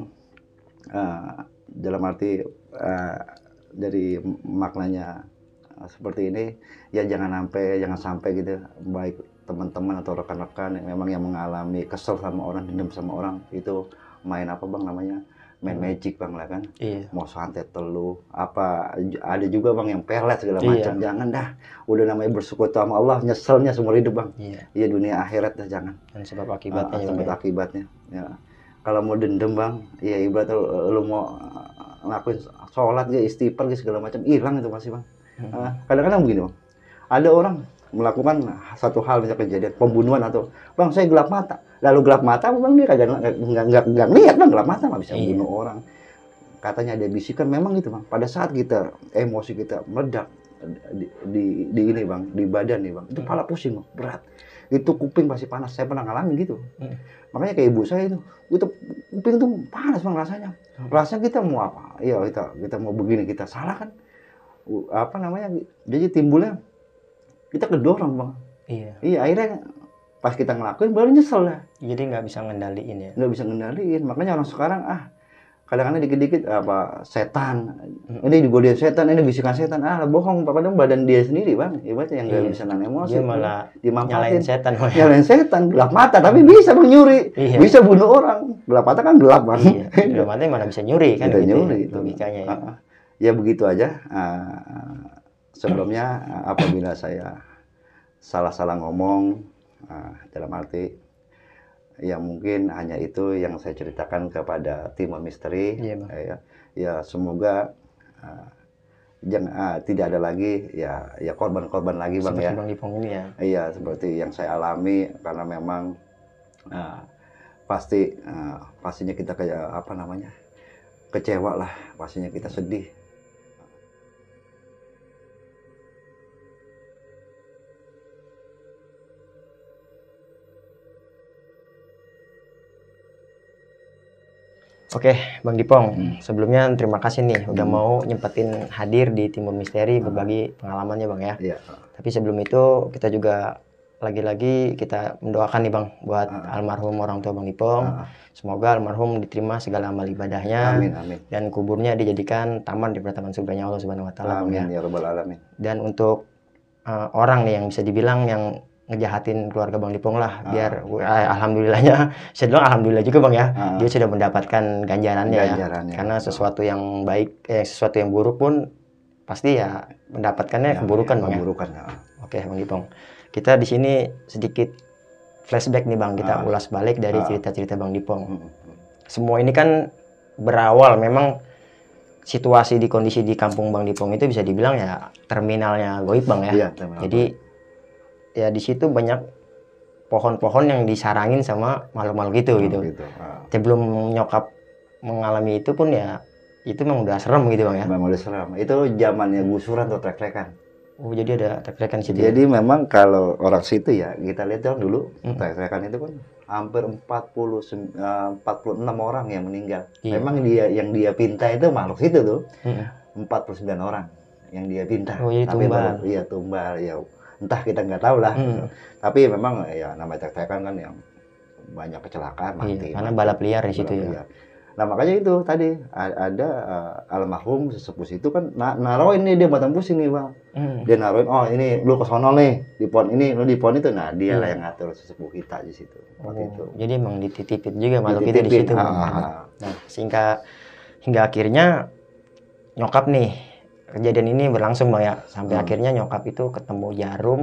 uh, dalam arti uh, dari maknanya uh, seperti ini, ya jangan sampai jangan sampai gitu, baik teman-teman atau rekan-rekan yang memang yang mengalami kesel sama orang, dendam sama orang, itu main apa bang namanya, main magic bang lah kan. Iya. Mau santet telu apa, ada juga bang yang pelet segala macam. Iya. Jangan dah, udah namanya bersekutu sama Allah, nyeselnya seumur hidup bang. Iya. Iya dunia akhirat dah jangan. Dan sebab akibatnya. Uh, sebab akibatnya. Ya. Kalau mau dendam bang, ya ibarat lu, lu mau ngelakuin sholat, ya istighfar, segala macam, hilang itu masih bang. Kadang-kadang hmm. begini bang, ada orang melakukan satu hal misalnya kejadian pembunuhan atau bang saya gelap mata, lalu gelap mata bang dia kagak nggak nggak nggak lihat bang, gelap mata nggak bisa iya. bunuh orang. Katanya ada bisikan, memang itu bang. Pada saat kita emosi kita meledak di, di, di ini bang, di badan nih bang, itu kepala pusing bang, berat. Itu kuping pasti panas, saya pernah ngalamin gitu. Hmm. Makanya kayak ibu saya itu, itu kuping tuh panas bang rasanya. Rasanya kita mau apa? Iya kita kita mau begini, kita salah kan? Apa namanya? Jadi timbulnya kita kedorong bang. Iya. Iya akhirnya pas kita ngelakuin baru nyesel lah. Jadi nggak bisa ngendaliin ya? Nggak bisa ngendaliin. Makanya orang sekarang ah kadang-kadang dikit-dikit apa setan, hmm. ini digodain setan, ini bisikan setan, ah bohong, padahal badan dia sendiri bang, ibaratnya yang nggak iya. bisa nahan emosi, dia malah nyalain setan, oh ya. nyalain setan, gelap mata, tapi bisa bang nyuri, iya. bisa bunuh orang, gelap mata kan gelap bang, iya. gelap mata mana bisa nyuri kan, gitu nyuri, ya, logikanya ya. Uh, ya begitu aja, uh, sebelumnya uh, apabila saya salah-salah ngomong, uh, dalam arti ya mungkin hanya itu yang saya ceritakan kepada Timur Misteri. Iya, Bang. Ya, ya semoga uh, jangan uh, tidak ada lagi ya ya korban-korban lagi bang seperti ya. Bang Dipong ini ya. Iya seperti yang saya alami, karena memang uh, pasti uh, pastinya kita kayak apa namanya kecewa lah, pastinya kita sedih. Oke, Bang Dipong, hmm. sebelumnya terima kasih nih udah hmm. mau nyempetin hadir di Timur Misteri berbagi pengalamannya Bang ya. Iya. Tapi sebelum itu kita juga lagi-lagi kita mendoakan nih Bang buat uh. almarhum orang tua Bang Dipong. Uh. Semoga almarhum diterima segala amal ibadahnya. Amin, amin. Dan kuburnya dijadikan taman di pertaman surganya Allah Subhanahu wa taala Bang ya. Amin ya rabbal alamin. Dan untuk uh, orang nih yang bisa dibilang yang ngejahatin keluarga Bang Dipong lah, ah. biar eh, alhamdulillahnya, saya bilang alhamdulillah juga Bang ya, ah. dia sudah mendapatkan ganjarannya, ganjarannya ya, karena sesuatu yang baik, eh sesuatu yang buruk pun pasti ya mendapatkannya ya, keburukan ya, Bang keburukan, ya. ya. Oke Bang Dipong, kita di sini sedikit flashback nih Bang, kita ah. ulas balik dari cerita-cerita ah. Bang Dipong. Hmm. Semua ini kan berawal memang situasi di kondisi di kampung Bang Dipong itu bisa dibilang ya terminalnya goib Bang ya, ya jadi ya di situ banyak pohon-pohon yang disarangin sama makhluk-makhluk gitu, oh, gitu. gitu. Ah. Sebelum nyokap mengalami itu pun ya itu memang udah serem gitu Bang ya. Memang udah serem. Itu zamannya gusuran atau trek-trekan. Oh jadi ada trek-trekan situ. Jadi ya? Memang kalau orang situ ya kita lihat kan dulu hmm. trek-trekan itu kan hampir empat puluh, empat puluh enam orang yang meninggal. Iya. Memang dia yang dia pinta itu makhluk situ tuh hmm. empat puluh sembilan orang yang dia pinta. Oh iya tumbal. Iya tumbal ya. Entah kita nggak tahu lah, hmm. tapi memang ya namanya trek-trekan kan yang banyak kecelakaan mati. Iya, karena balap liar di situ ya. Nah makanya itu tadi ada uh, almarhum sesepuh itu kan na naruhin nih dia batang pusing nih bang, hmm. dia naruhin oh ini lu ke sono nih di pohon ini, lu di pohon itu, nah dia hmm. lah yang ngatur sesepuh kita di situ. Oh, itu. Jadi emang dititipin juga makhluk itu di situ. Ah, nah sehingga hingga akhirnya nyokap nih. Kejadian ini berlangsung Bang ya, sampai hmm. akhirnya nyokap itu ketemu jarum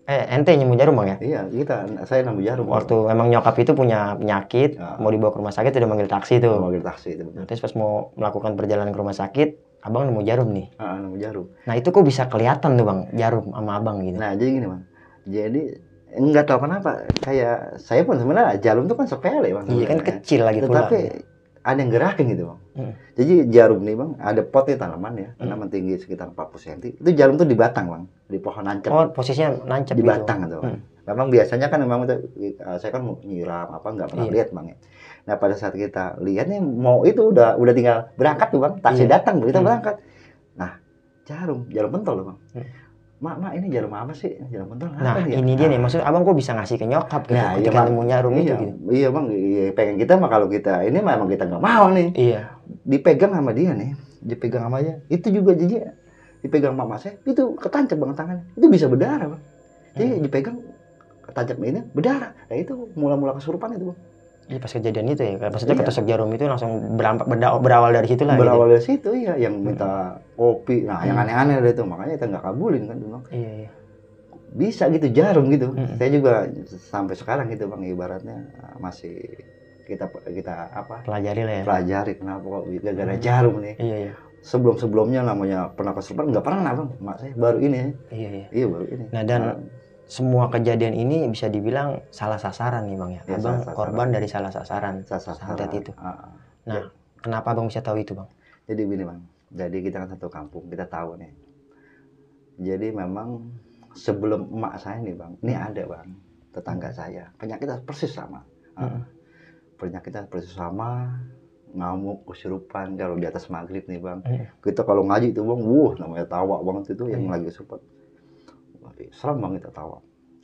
Eh, ente nyemu jarum bang ya? Iya, kita, saya nemu jarum. Waktu memang nyokap itu punya penyakit, ya. Mau dibawa ke rumah sakit udah manggil taksi tuh. Manggil taksi itu. Nah, terus pas mau melakukan perjalanan ke rumah sakit, abang nemu jarum nih. Ah, nemu jarum. Nah itu kok bisa kelihatan tuh bang, jarum sama abang gitu. Nah jadi gini bang, jadi nggak tahu kenapa, kayak saya pun sebenarnya jarum itu kan sepele bang. Iya kan kecil lagi pula. Tetapi ada yang gerakin gitu bang. Hmm. Jadi jarum nih bang, ada potnya tanaman ya, tanaman hmm. tinggi sekitar empat puluh sentimeter. Itu jarum tuh di batang bang, di pohon nancep. Oh posisinya nancep di gitu. batang gitu. Hmm. Memang biasanya kan memang itu, saya kan nyiram apa nggak pernah iya. lihat bang ya. Nah pada saat kita lihatnya mau itu udah udah tinggal berangkat tuh bang, taksi iya. datang kita hmm. berangkat. Nah jarum, jarum pentol loh bang. Hmm. Mak, mak ini jarum apa sih? Jarum pentol apa nah, dia? ini dia nah. nih, maksud abang kok bisa ngasih ke nyokap gitu nah, ketika iya, nemu jarum iya, itu gitu. Iya bang, iya, pengen kita mah kalau kita, ini mah emang kita nggak mau nih. Iya. Dipegang sama dia nih, dipegang sama dia. Itu juga jadi dipegang mama saya, itu ketancap bang tangannya. Itu bisa berdarah bang. Jadi hmm. dipegang ketancap ini berdarah. Nah itu mula-mula kesurupan itu bang. Iya pas kejadian itu ya, maksudnya iya. ketusuk jarum itu langsung berampak, berawal dari situ lah. Berawal gitu. dari situ ya, yang minta kopi, nah hmm. yang aneh-aneh dari itu, makanya kita nggak kabulin kan bang. Iya, iya. Bisa gitu jarum gitu. Hmm. Saya juga sampai sekarang gitu bang, ibaratnya masih kita kita apa? Pelajari lah ya. Pelajari kenapa kok gara-gara hmm. jarum nih. Iya, iya. Sebelum-sebelumnya namanya pernah kesurupan nggak pernah bang, mak saya baru ini. Iya, iya. Iya baru ini. Nah dan nah, semua kejadian ini bisa dibilang salah sasaran nih bang ya, ya abang korban dari salah sasaran, santet itu. Uh, nah, ya. Kenapa abang bisa tahu itu bang? Jadi begini bang, jadi kita kan satu kampung, kita tahu nih. Jadi memang sebelum emak saya nih bang, ini ada bang, tetangga saya, penyakitnya persis sama. Uh, hmm. Penyakitnya persis sama, ngamuk, kesurupan, kalau di atas maghrib nih bang. Hmm. Kita kalau ngaji itu bang, wuh namanya tawa banget itu yang hmm. lagi kesurupan. Serem bang kita tawa.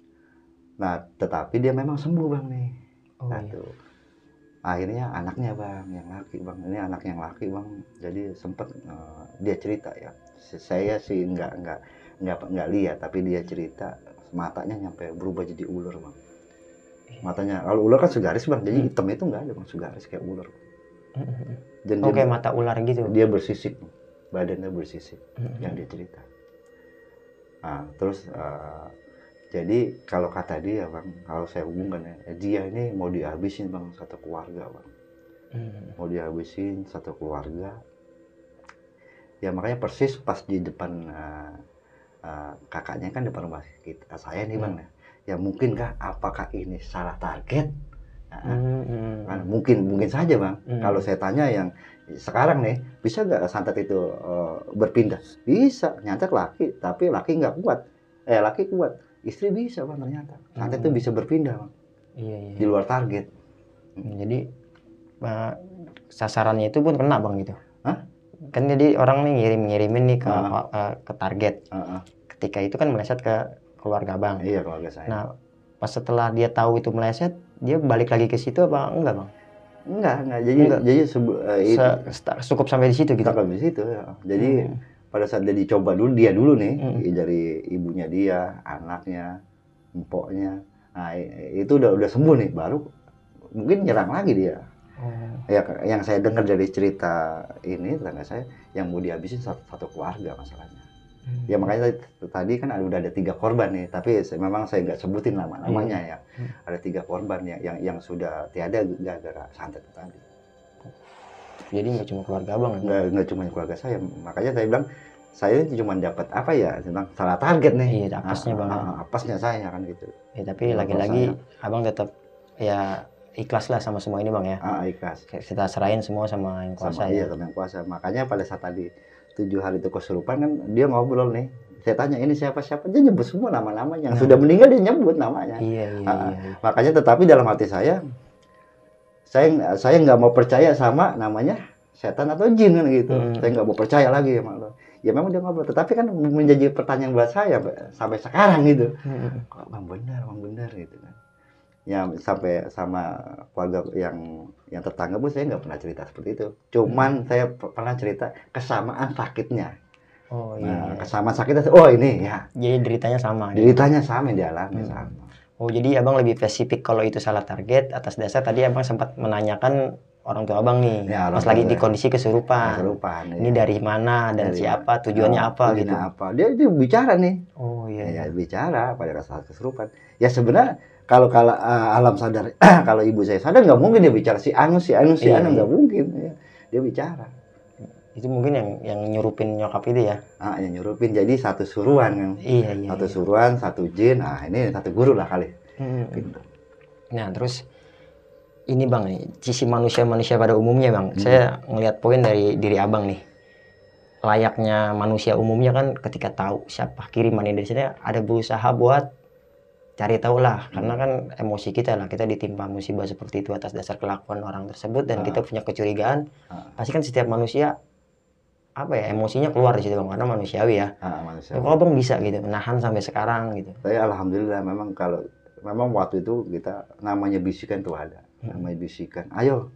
Nah tetapi dia memang sembuh bang nih. Oh, satu. Iya. Akhirnya anaknya bang yang laki bang, ini anak yang laki bang. Jadi sempet uh, dia cerita ya. Saya sih nggak nggak nggak nggak lihat, tapi dia cerita matanya nyampe berubah jadi ular bang. Matanya kalau ular kan segaris bang, jadi hitam itu nggak ada bang, segaris kayak ular. Dan oh, kayak mata ular gitu. Dia bersisik, badannya bersisik, mm-hmm. yang dia cerita. Nah, terus uh, jadi kalau kata dia bang, kalau saya hubungkan ya, dia ini mau dihabisin bang satu keluarga bang, hmm. mau dihabisin satu keluarga. Ya makanya persis pas di depan uh, uh, kakaknya kan depan rumah kita, saya nih bang hmm. ya, ya mungkinkah apakah ini salah target? Nah, hmm. kan, mungkin mungkin saja bang. Hmm. Kalau saya tanya yang sekarang nih, bisa nggak santet itu uh, berpindah? Bisa, nyantet laki, tapi laki nggak kuat. Eh laki kuat, istri bisa bang ternyata. Santet itu hmm. bisa berpindah bang. Iya, iya. Di luar target. Hmm. Jadi uh, sasarannya itu pun kena bang gitu. Hah? Kan jadi orang nih ngirim-ngirimin nih ke uh. uh, ke target. Uh -uh. Ketika itu kan meleset ke keluarga bang. Iya keluarga saya. Nah pas setelah dia tahu itu meleset, dia balik lagi ke situ apa enggak bang? Enggak, enggak. Jadi enggak. Jadi uh, Se cukup sampai di situ gitu. Sampai di situ ya. Jadi hmm. pada saat dia dicoba dulu dia dulu nih hmm. dari ibunya dia, anaknya, empoknya. Nah, itu udah udah sembuh nih, baru mungkin nyerang lagi dia. Hmm. Ya yang saya dengar dari cerita ini tetangga saya yang mau dihabisin satu, satu keluarga masalahnya. Hmm. Ya makanya tadi kan ada, udah ada tiga korban nih, tapi saya, memang saya nggak sebutin nama-namanya hmm. ya. Hmm. Ada tiga korban yang yang, yang sudah tiada gara-gara santet tadi. Jadi nggak cuma keluarga abang? Nggak, nggak cuma keluarga saya. Makanya saya bilang saya cuma dapat apa ya tentang salah target nih. Iya, apesnya bang. Ah, apesnya saya kan gitu. Ya tapi lagi-lagi abang tetap ya ikhlas lah sama semua ini bang ya. Ah, ikhlas. Kita serahin semua sama yang kuasa. Sama, ya. Iya, sama yang kuasa. Makanya pada saat tadi tujuh hari itu kesurupan kan dia ngobrol nih. Saya tanya ini siapa-siapa, dia nyebut semua nama-namanya. Yang nah. sudah meninggal dia nyebut namanya. Iya, iya, ah, iya. Makanya tetapi dalam hati saya, saya saya nggak mau percaya sama namanya setan atau jin kan gitu. Hmm. Saya nggak mau percaya lagi sama lo. Ya memang dia ngobrol, tetapi kan menjadi pertanyaan buat saya sampai sekarang gitu. Hmm. Kok bang benar, bang benar gitu kan. Ya sampai sama keluarga yang yang tetangga pun saya nggak pernah cerita seperti itu. Cuman hmm. saya pernah cerita kesamaan sakitnya. Oh iya. Nah, kesamaan sakitnya, oh ini ya. Jadi deritanya sama. Deritanya gitu. Sama yang dialami hmm. sama. Oh jadi abang lebih spesifik kalau itu salah target atas dasar tadi abang sempat menanyakan orang tua abang nih, Ya, orang pas tua lagi di saya. kondisi kesurupan. Kesurupan, Ini iya. dari mana dan Dari- siapa, tujuannya Nah, apa tujuannya gitu. apa? Dia dia bicara nih. Oh iya. Ya, iya. bicara pada saat kesurupan. Ya sebenarnya kalau kalau uh, alam sadar, kalau ibu saya sadar nggak mungkin dia bicara si anu si anu si Iya, anu nggak iya. mungkin. Ya. Dia bicara. Itu mungkin yang yang nyurupin nyokap itu ya. Ah, yang nyurupin jadi satu suruhan kan. Iya iya. Satu iya. suruhan, satu jin. Nah ini satu guru lah kali. Hmm. Gitu. Nah terus ini bang nih sisi manusia-manusia pada umumnya bang. Hmm. Saya ngelihat poin dari diri abang nih. Layaknya manusia umumnya kan ketika tahu siapa kiriman dari sini ada berusaha buat cari tahu lah. Hmm. Karena kan emosi kita lah, kita ditimpa musibah seperti itu atas dasar kelakuan orang tersebut dan ah. kita punya kecurigaan. Ah. Pasti kan setiap manusia apa ya emosinya keluar di situ bang, karena manusiawi ya. Ah, manusiawi. Kok abang bisa gitu menahan sampai sekarang gitu? Saya alhamdulillah memang kalau memang waktu itu kita namanya bisikan tuh ada, hmm. namanya bisikan. Ayo,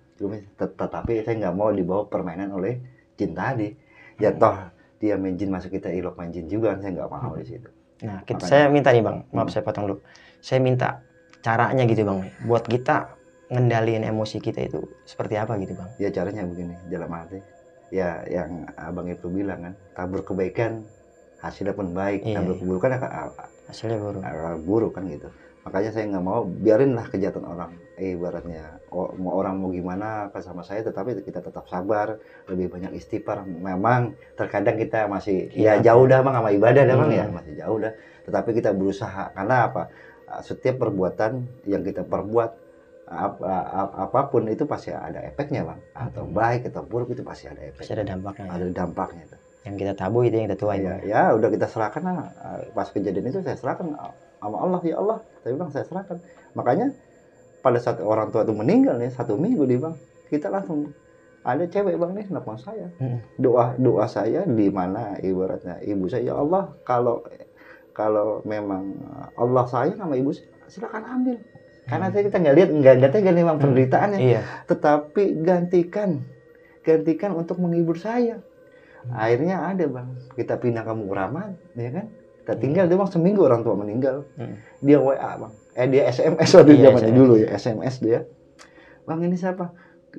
tetapi saya nggak mau dibawa permainan oleh jin tadi. Ya hmm. toh dia main jin masuk kita ilok main jin juga, saya nggak mau hmm. di situ. Nah, kita, saya minta nih bang, maaf hmm. saya potong dulu. Saya minta caranya gitu bang, buat kita ngendaliin emosi kita itu seperti apa gitu bang? Ya caranya begini, dalam arti ya yang abang itu bilang kan, tabur kebaikan hasilnya pun baik, iya, tabur keburukan akan hasilnya buruk. buruk kan gitu. Makanya saya nggak mau biarinlah kejahatan orang, eh, ibaratnya oh, mau orang mau gimana apa sama saya, tetapi kita tetap sabar, lebih banyak istighfar. Memang terkadang kita masih iya, ya jauh dah bang sama ibadah dah bang hmm. ya masih jauh dah, tetapi kita berusaha. Karena apa? Setiap perbuatan yang kita perbuat Ap, ap, apapun itu pasti ada efeknya bang, atau hmm. baik atau buruk itu pasti ada efek, pasti ada dampaknya, ada ya? dampaknya itu. Yang kita tabu itu yang kita tuai ya, ya udah kita serahkan lah. Pas kejadian itu saya serahkan sama Allah, ya Allah saya bilang saya serahkan. Makanya pada saat orang tua itu meninggal nih satu minggu nih bang, kita langsung ada cewek bang nih nelfon saya, hmm. doa doa saya di mana ibaratnya ibu saya, ya Allah kalau kalau memang Allah sayang sama ibu saya silakan ambil. Karena saya kita nggak lihat nggak nggak tega nih bang penderitaannya, hmm, iya. tetapi gantikan gantikan untuk menghibur saya. Hmm. Akhirnya ada bang, kita pindah ke Muraman, ya kan? Kita tinggal hmm. dia bang seminggu orang tua meninggal, hmm. dia W A bang, eh dia S M S waktu iya, zamannya dulu ya S M S dia, bang ini siapa?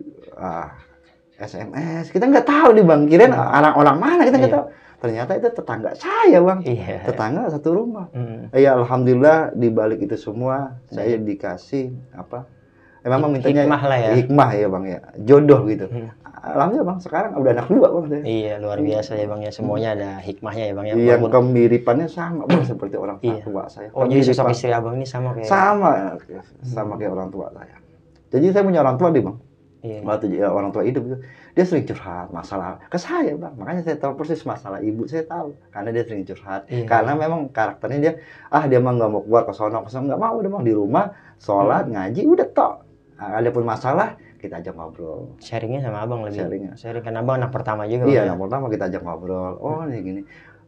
Ah, S M S kita nggak tahu nih bang, kirain hmm. orang-orang mana kita nggak iya. tahu. Ternyata itu tetangga saya bang, iya. tetangga satu rumah. Mm. Ya alhamdulillah di balik itu semua mm. saya dikasih apa? Eh, memang mintanya hikmah lah ya. Hikmah ya bang ya, jodoh gitu. Mm. Alhamdulillah bang sekarang udah anak dua bang. Saya. Iya luar biasa ya bang ya, semuanya mm. ada hikmahnya ya bang ya. Yang walaupun... kemiripannya sama bang seperti orang iya. tua saya. Oh jadi sosok istri abang ini sama kayak? Sama, sama kayak orang tua saya. Jadi saya punya orang tua nih bang. Iya. Waktu ya, orang tua hidup itu dia sering curhat masalah ke saya bang, makanya saya tahu persis masalah ibu saya tahu karena dia sering curhat. Iya. Karena memang karakternya dia ah dia mah nggak mau keluar ke sono ke sono nggak mau, udah mau di rumah sholat hmm. ngaji udah tok. Nah, ada pun masalah kita ajak ngobrol. Sharingnya sama abang lebih. Sharingnya. Sharing kan abang anak pertama juga. Iya anak pertama kita ajak ngobrol. Oh hmm. nih gini.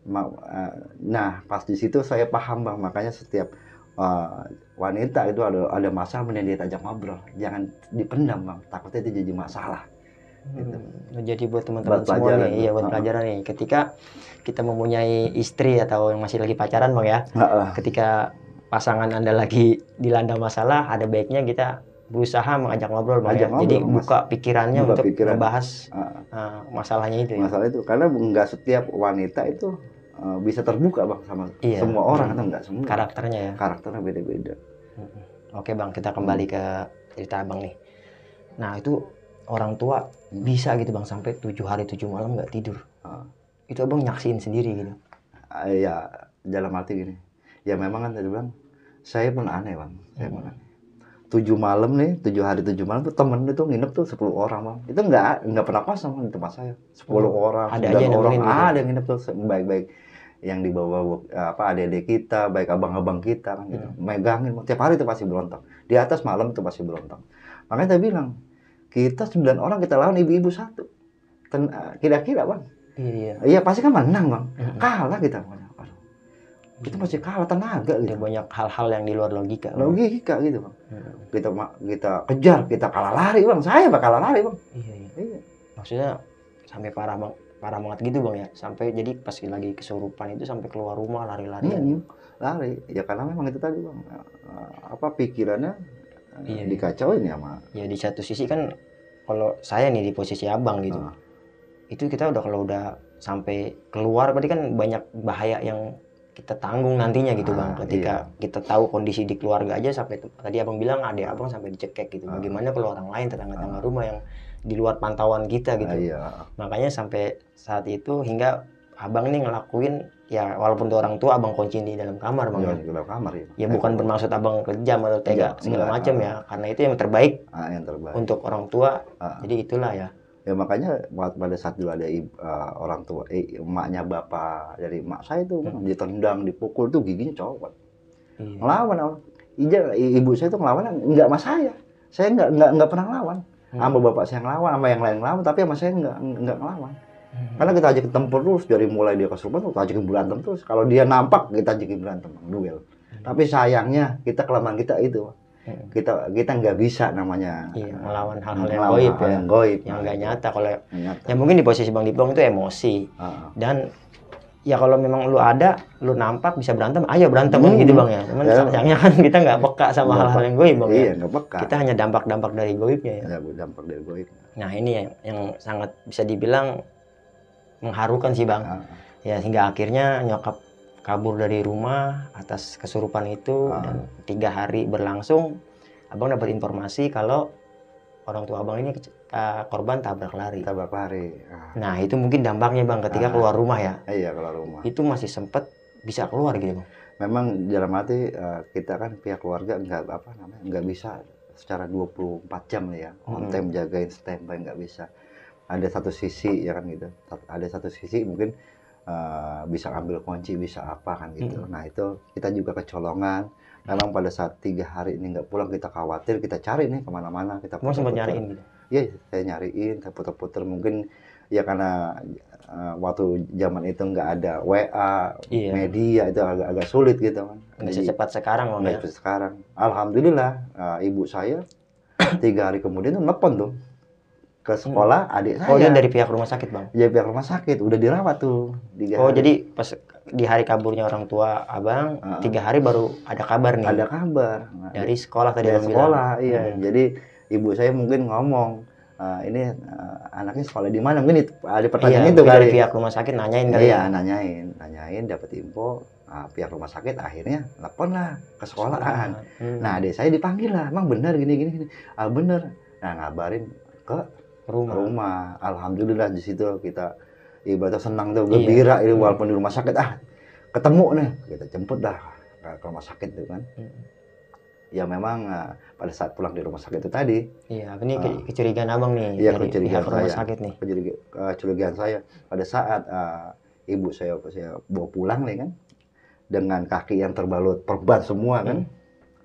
Nah pas di situ saya paham bang, makanya setiap Uh, wanita itu ada ada masalah yang dia ajak ngobrol, jangan dipendam bang, takutnya itu jadi masalah. Gitu. Hmm, jadi buat teman-teman semua nih, iya buat uh, pelajaran nih, ketika kita mempunyai istri atau yang masih lagi pacaran bang ya, uh, uh. ketika pasangan anda lagi dilanda masalah, ada baiknya kita berusaha mengajak ngobrol bang ya, ngobrol, jadi buka pikirannya buka untuk pikiran. membahas uh, uh, masalahnya itu. Masalah ya? itu, karena nggak setiap wanita itu Uh, bisa terbuka bang sama iya. semua orang atau enggak semua karakternya ya karakternya beda-beda. Oke bang, kita kembali hmm. ke cerita abang nih. Nah itu orang tua hmm. bisa gitu bang sampai tujuh hari tujuh malam nggak tidur. Uh. Itu abang nyaksiin sendiri gitu. Uh, ya dalam arti gini, ya memang kan tadi bang, saya pun aneh bang, saya hmm. pun aneh. Tujuh malam nih, tujuh hari tujuh malam tuh temen itu nginep tuh sepuluh orang bang. Itu nggak nggak pernah kosong di tempat saya. Sepuluh hmm. orang, ada aja orang, gitu. ada yang nginep tuh baik-baik. Yang dibawa apa adik-adik kita, baik abang-abang kita kan gitu. Hmm. Megangin tiap hari itu pasti berontak. Di atas malam itu pasti berontak. Makanya saya bilang, kita sembilan orang kita lawan ibu-ibu satu. Ten, kira-kira bang. Iya. Iya pasti kan menang bang. Hmm. Kalah kita bang. Kita masih kalah tenaga gitu. Ada banyak hal-hal yang di luar logika. Logika bang. gitu bang. Hmm. Kita kita kejar, kita kalah lari bang. Saya bang kalah lari bang. Iya, iya. iya. Maksudnya sampai parah bang. Parah banget gitu bang ya, sampai jadi pas lagi kesurupan itu sampai keluar rumah lari-larian. Hmm, lari, ya karena memang itu tadi bang, apa pikirannya iya, dikacauin ya mak. Ya di satu sisi kan kalau saya nih di posisi abang gitu, Ah. itu kita udah kalau udah sampai keluar berarti kan banyak bahaya yang kita tanggung nantinya gitu bang. Ah, Ketika iya. kita tahu kondisi di keluarga aja sampai tadi abang bilang ada Ah. abang sampai dicekek gitu. Ah. Bagaimana kalau orang lain tetangga-tetangga Ah. rumah yang di luar pantauan kita Ah, gitu. iya. Makanya sampai saat itu hingga abang nih ngelakuin ya walaupun tuh orang tua abang kunci di dalam kamar bang Iya, ya. di dalam kamar ya. Ya bukan bermaksud abang kejam atau tega Enggak, segala enggak, macam ah. ya, karena itu yang terbaik Ah, yang terbaik. untuk orang tua. Ah. Jadi itulah ya. Ya makanya wa- pada saat dulu ada ibu, uh, orang tua, eh, emaknya bapak dari emak saya itu Hmm. ditendang, dipukul tuh giginya copot. Iya. Ngelawan, Al. Ija, i- ibu saya tuh ngelawan enggak sama saya. Saya enggak enggak enggak pernah ngelawan. Hmm. Sama bapak saya ngelawan, sama yang lain ngelawan, tapi sama saya enggak enggak ngelawan. Hmm. Karena kita ajakin tempur terus dari mulai dia kesurupan kita ajakin berantem terus. Kalau dia nampak kita ajakin berantem, duel. Hmm. Tapi sayangnya kita kelemahan kita itu. Hmm. Kita kita nggak bisa namanya Iya, melawan hal-hal yang ngelawan goib hal ya. yang goib. Yang Nah, nggak itu. nyata kalau Nggak nyata. ya mungkin di posisi Bang Diplong itu emosi. Ah. Dan ya kalau memang lu ada, lu nampak bisa berantem, ayo berantem kan Hmm. gitu Bang ya. Cuman Ya. sayangnya kan kita nggak peka sama Nggak hal-hal pe- yang goib Bang Iya, ya. nggak peka. Kita hanya dampak-dampak dari goibnya ya. Ya, dampak dari goib. Nah ini yang, yang sangat bisa dibilang mengharukan sih Bang. Ah. Ya hingga akhirnya nyokap kabur dari rumah atas kesurupan itu. Ah. Dan tiga hari berlangsung abang dapat informasi kalau orang tua abang ini uh, korban tabrak lari. Tabrak lari. Ah. Nah itu mungkin dampaknya Bang ketika Ah. keluar rumah ya. Iya, kalau rumah. Itu masih sempet bisa keluar gitu Bang. Memang dalam arti uh, kita kan pihak keluarga nggak apa namanya nggak bisa secara dua puluh empat jam ya. On Hmm. time jagain standby nggak bisa. Ada satu sisi ya kan gitu. Ada satu sisi mungkin uh, bisa ambil kunci, bisa apa kan gitu. Hmm. Nah itu kita juga kecolongan. Memang pada saat tiga hari ini nggak pulang kita khawatir, kita cari nih kemana-mana, kita Mau sempat putar-putar. nyariin gitu. Iya, saya nyariin, saya putar-putar mungkin ya karena uh, waktu zaman itu nggak ada W A, Iya. media itu agak agak sulit gitu kan. Nggak Jadi, secepat sekarang Bang nggak ya. seperti sekarang. Alhamdulillah uh, ibu saya tiga hari kemudian tuh nelpon tuh ke sekolah adik saya. Oh dia dari pihak rumah sakit Bang. Ya pihak rumah sakit udah dirawat tuh. tiga Oh hari. jadi pas di hari kaburnya orang tua abang Ah. tiga hari baru ada kabar nih. Ada kabar. Nah, Dari sekolah tadi dari Abang sekolah, bilang. iya. Hmm. Jadi ibu saya mungkin ngomong, "Ah, ini ah, anaknya sekolah di mana?" Mungkin itu, ada pertanyaan Iya, itu mungkin kali. dari pihak rumah sakit nanyain kali. Iya, ya. nanyain, nanyain, dapat info. Ah, pihak rumah sakit akhirnya telepon lah ke sekolahan. Hmm. Nah, adik saya dipanggil lah, "Emang benar gini gini gini." Ah, bener. Nah, ngabarin ke rumah. rumah. Alhamdulillah di situ kita ibaratnya senang tuh, Iya. gembira itu Hmm. walaupun di rumah sakit ah ketemu nih, kita jemput dah ke ke rumah sakit tuh kan. Hmm. Ya memang ah, pada saat pulang di rumah sakit itu tadi, Iya, ini ke- Ah. kecurigaan abang nih Iya, dari kecurigaan pihak rumah saya. sakit nih. kecuriga- kecurigaan saya pada saat ah, ibu saya saya bawa pulang nih kan, dengan kaki yang terbalut perban semua kan. Hmm.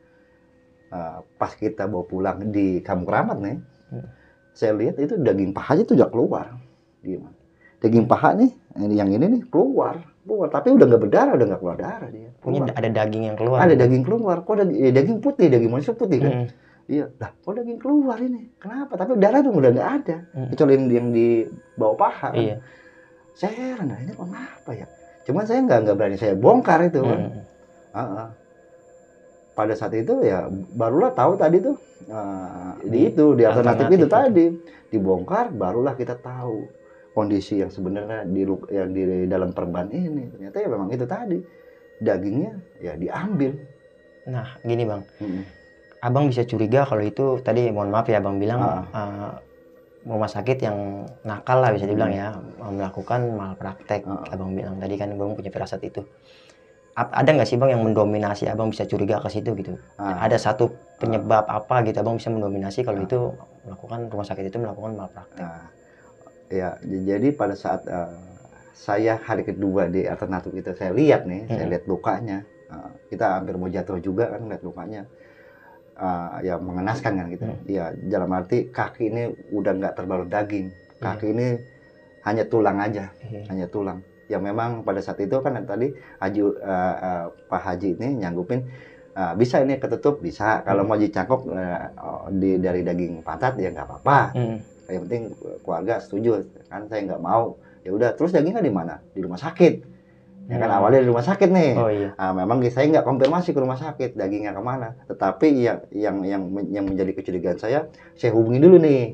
Ah, pas kita bawa pulang di Kampung Keramat nih, Hmm. saya lihat itu daging pahanya itu udah keluar. Gimana? Daging paha nih, ini yang ini nih keluar, keluar. Tapi udah nggak berdarah, udah nggak keluar darah dia. Punya Keluar. ada daging yang keluar. Ada daging keluar, kok daging, eh, daging putih, daging manusia putih kan? Hmm. Iya, lah kok daging keluar ini? Kenapa? Tapi darah tuh udah nggak ada, Hmm. kecuali yang, yang di bawah paha. Kan? Iya. Saya heran, nah ini kenapa ya? Cuman saya nggak nggak berani saya bongkar itu. Kan? Hmm. Uh-uh. Pada saat itu ya barulah tahu tadi tuh uh, di Di itu di alternatif, alternatif itu itu. tadi dibongkar, barulah kita tahu kondisi yang sebenarnya di lu- yang di dalam perban ini ternyata ya memang itu tadi dagingnya ya diambil. Nah, gini Bang. Mm-mm. Abang bisa curiga kalau itu tadi mohon maaf ya Abang bilang Ah. uh, rumah sakit yang nakal lah bisa dibilang Hmm. ya, melakukan malpraktek. Ah. Abang bilang tadi kan Abang punya firasat itu. Ap- ada nggak sih Bang yang mendominasi Abang bisa curiga ke situ gitu? Ah. Ada satu penyebab apa gitu Abang bisa mendominasi kalau Ah. itu melakukan rumah sakit itu melakukan malpraktek. Nah, ya j- jadi pada saat uh, saya hari kedua di alternatif itu saya lihat nih, saya Hmm. lihat lukanya. Uh, kita hampir mau jatuh juga kan lihat lukanya. Uh, ya mengenaskan kan gitu. Hmm. Ya dalam arti kaki ini udah nggak terbalut daging. Kaki ini hanya tulang aja, Iya. hanya tulang. Ya memang pada saat itu kan tadi Haji uh, uh, Pak Haji ini nyanggupin uh, bisa ini ketutup bisa. Kalau Hmm. mau dicangkok uh, di dari daging pantat ya nggak apa-apa. Hmm. Yang penting keluarga setuju kan, saya nggak mau. Ya udah, terus dagingnya di mana? Di rumah sakit. Ya kan Hmm. awalnya di rumah sakit nih. Oh iya. Ah, memang saya nggak konfirmasi ke rumah sakit dagingnya kemana. Tetapi yang yang yang men- yang menjadi kecurigaan saya, saya hubungi dulu nih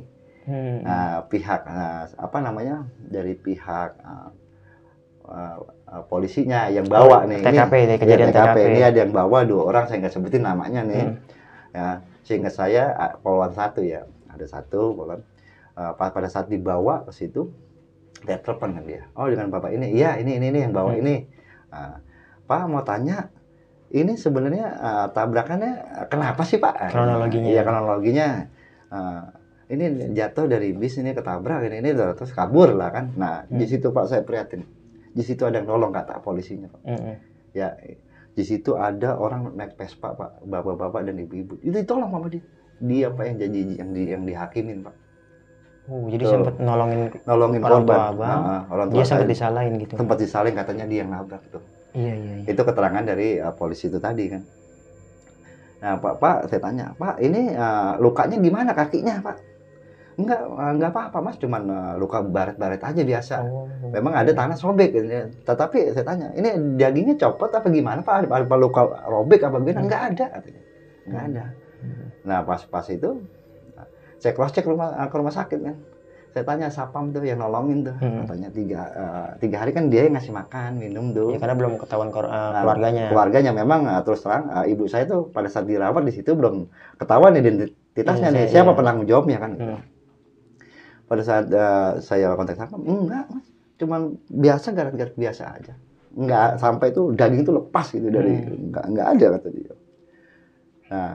Hmm. Nah, pihak uh, apa namanya dari pihak uh, uh, uh, polisinya yang bawa oh, nih T K P, ini, kejadian ya, T K P. T K P. Ini ada yang bawa dua orang, saya nggak sebutin namanya nih. Hmm. Ya, seingat saya uh, polwan satu ya, ada satu polwan. Uh, pada saat dibawa ke situ, dia telepon kan dia. Oh, dengan bapak ini, iya ini ini, ini yang bawa hmm. ini. Uh, Pak mau tanya, ini sebenarnya uh, tabrakannya kenapa sih Pak? Kronologinya. Iya, kronologinya. Uh, ini jatuh dari bis, ini ketabrak, ini ini terus kabur lah kan. Nah, hmm. di situ Pak saya prihatin. Di situ ada yang nolong kata polisinya Pak. Hmm. Ya, di situ ada orang naik Vespa Pak, bapak-bapak dan ibu-ibu. Itu ditolong sama dia. Dia Pak yang janji yang di yang dihakimin Pak. Oh, jadi sempat nolongin nolongin orang korban. tua abang. Nah, orang tua dia sempat disalahin gitu. Sempat disalahin katanya dia yang nabrak tuh. Iya, iya, iya. Itu keterangan dari uh, polisi itu tadi kan. Nah, Pak, Pak, saya tanya, Pak, ini uh, lukanya gimana kakinya, Pak? Enggak, uh, enggak apa-apa, Mas, cuman uh, luka baret-baret aja biasa. Oh, memang ada tangan sobek gitu. Tetapi saya tanya, ini dagingnya copot apa gimana, Pak? Apa luka robek apa gimana? Enggak ada katanya. Enggak ada. Nah, pas-pas itu saya cross check rumah ke rumah sakit kan. Saya tanya sapam tuh yang nolongin tuh, hmm. katanya tiga uh, tiga hari kan dia yang ngasih makan minum tuh. Ya, karena belum ketahuan uh, keluarganya. Nah, keluarganya memang uh, terus terang uh, ibu saya tuh pada saat dirawat di situ belum ketahuan identitasnya hmm, nih saya, siapa iya. penanggung jawabnya kan. Hmm. Pada saat uh, saya kontak sapam, enggak mas, cuman biasa garet-garet biasa aja. Enggak sampai tuh daging tuh lepas gitu dari hmm. enggak enggak ada kata dia. Nah,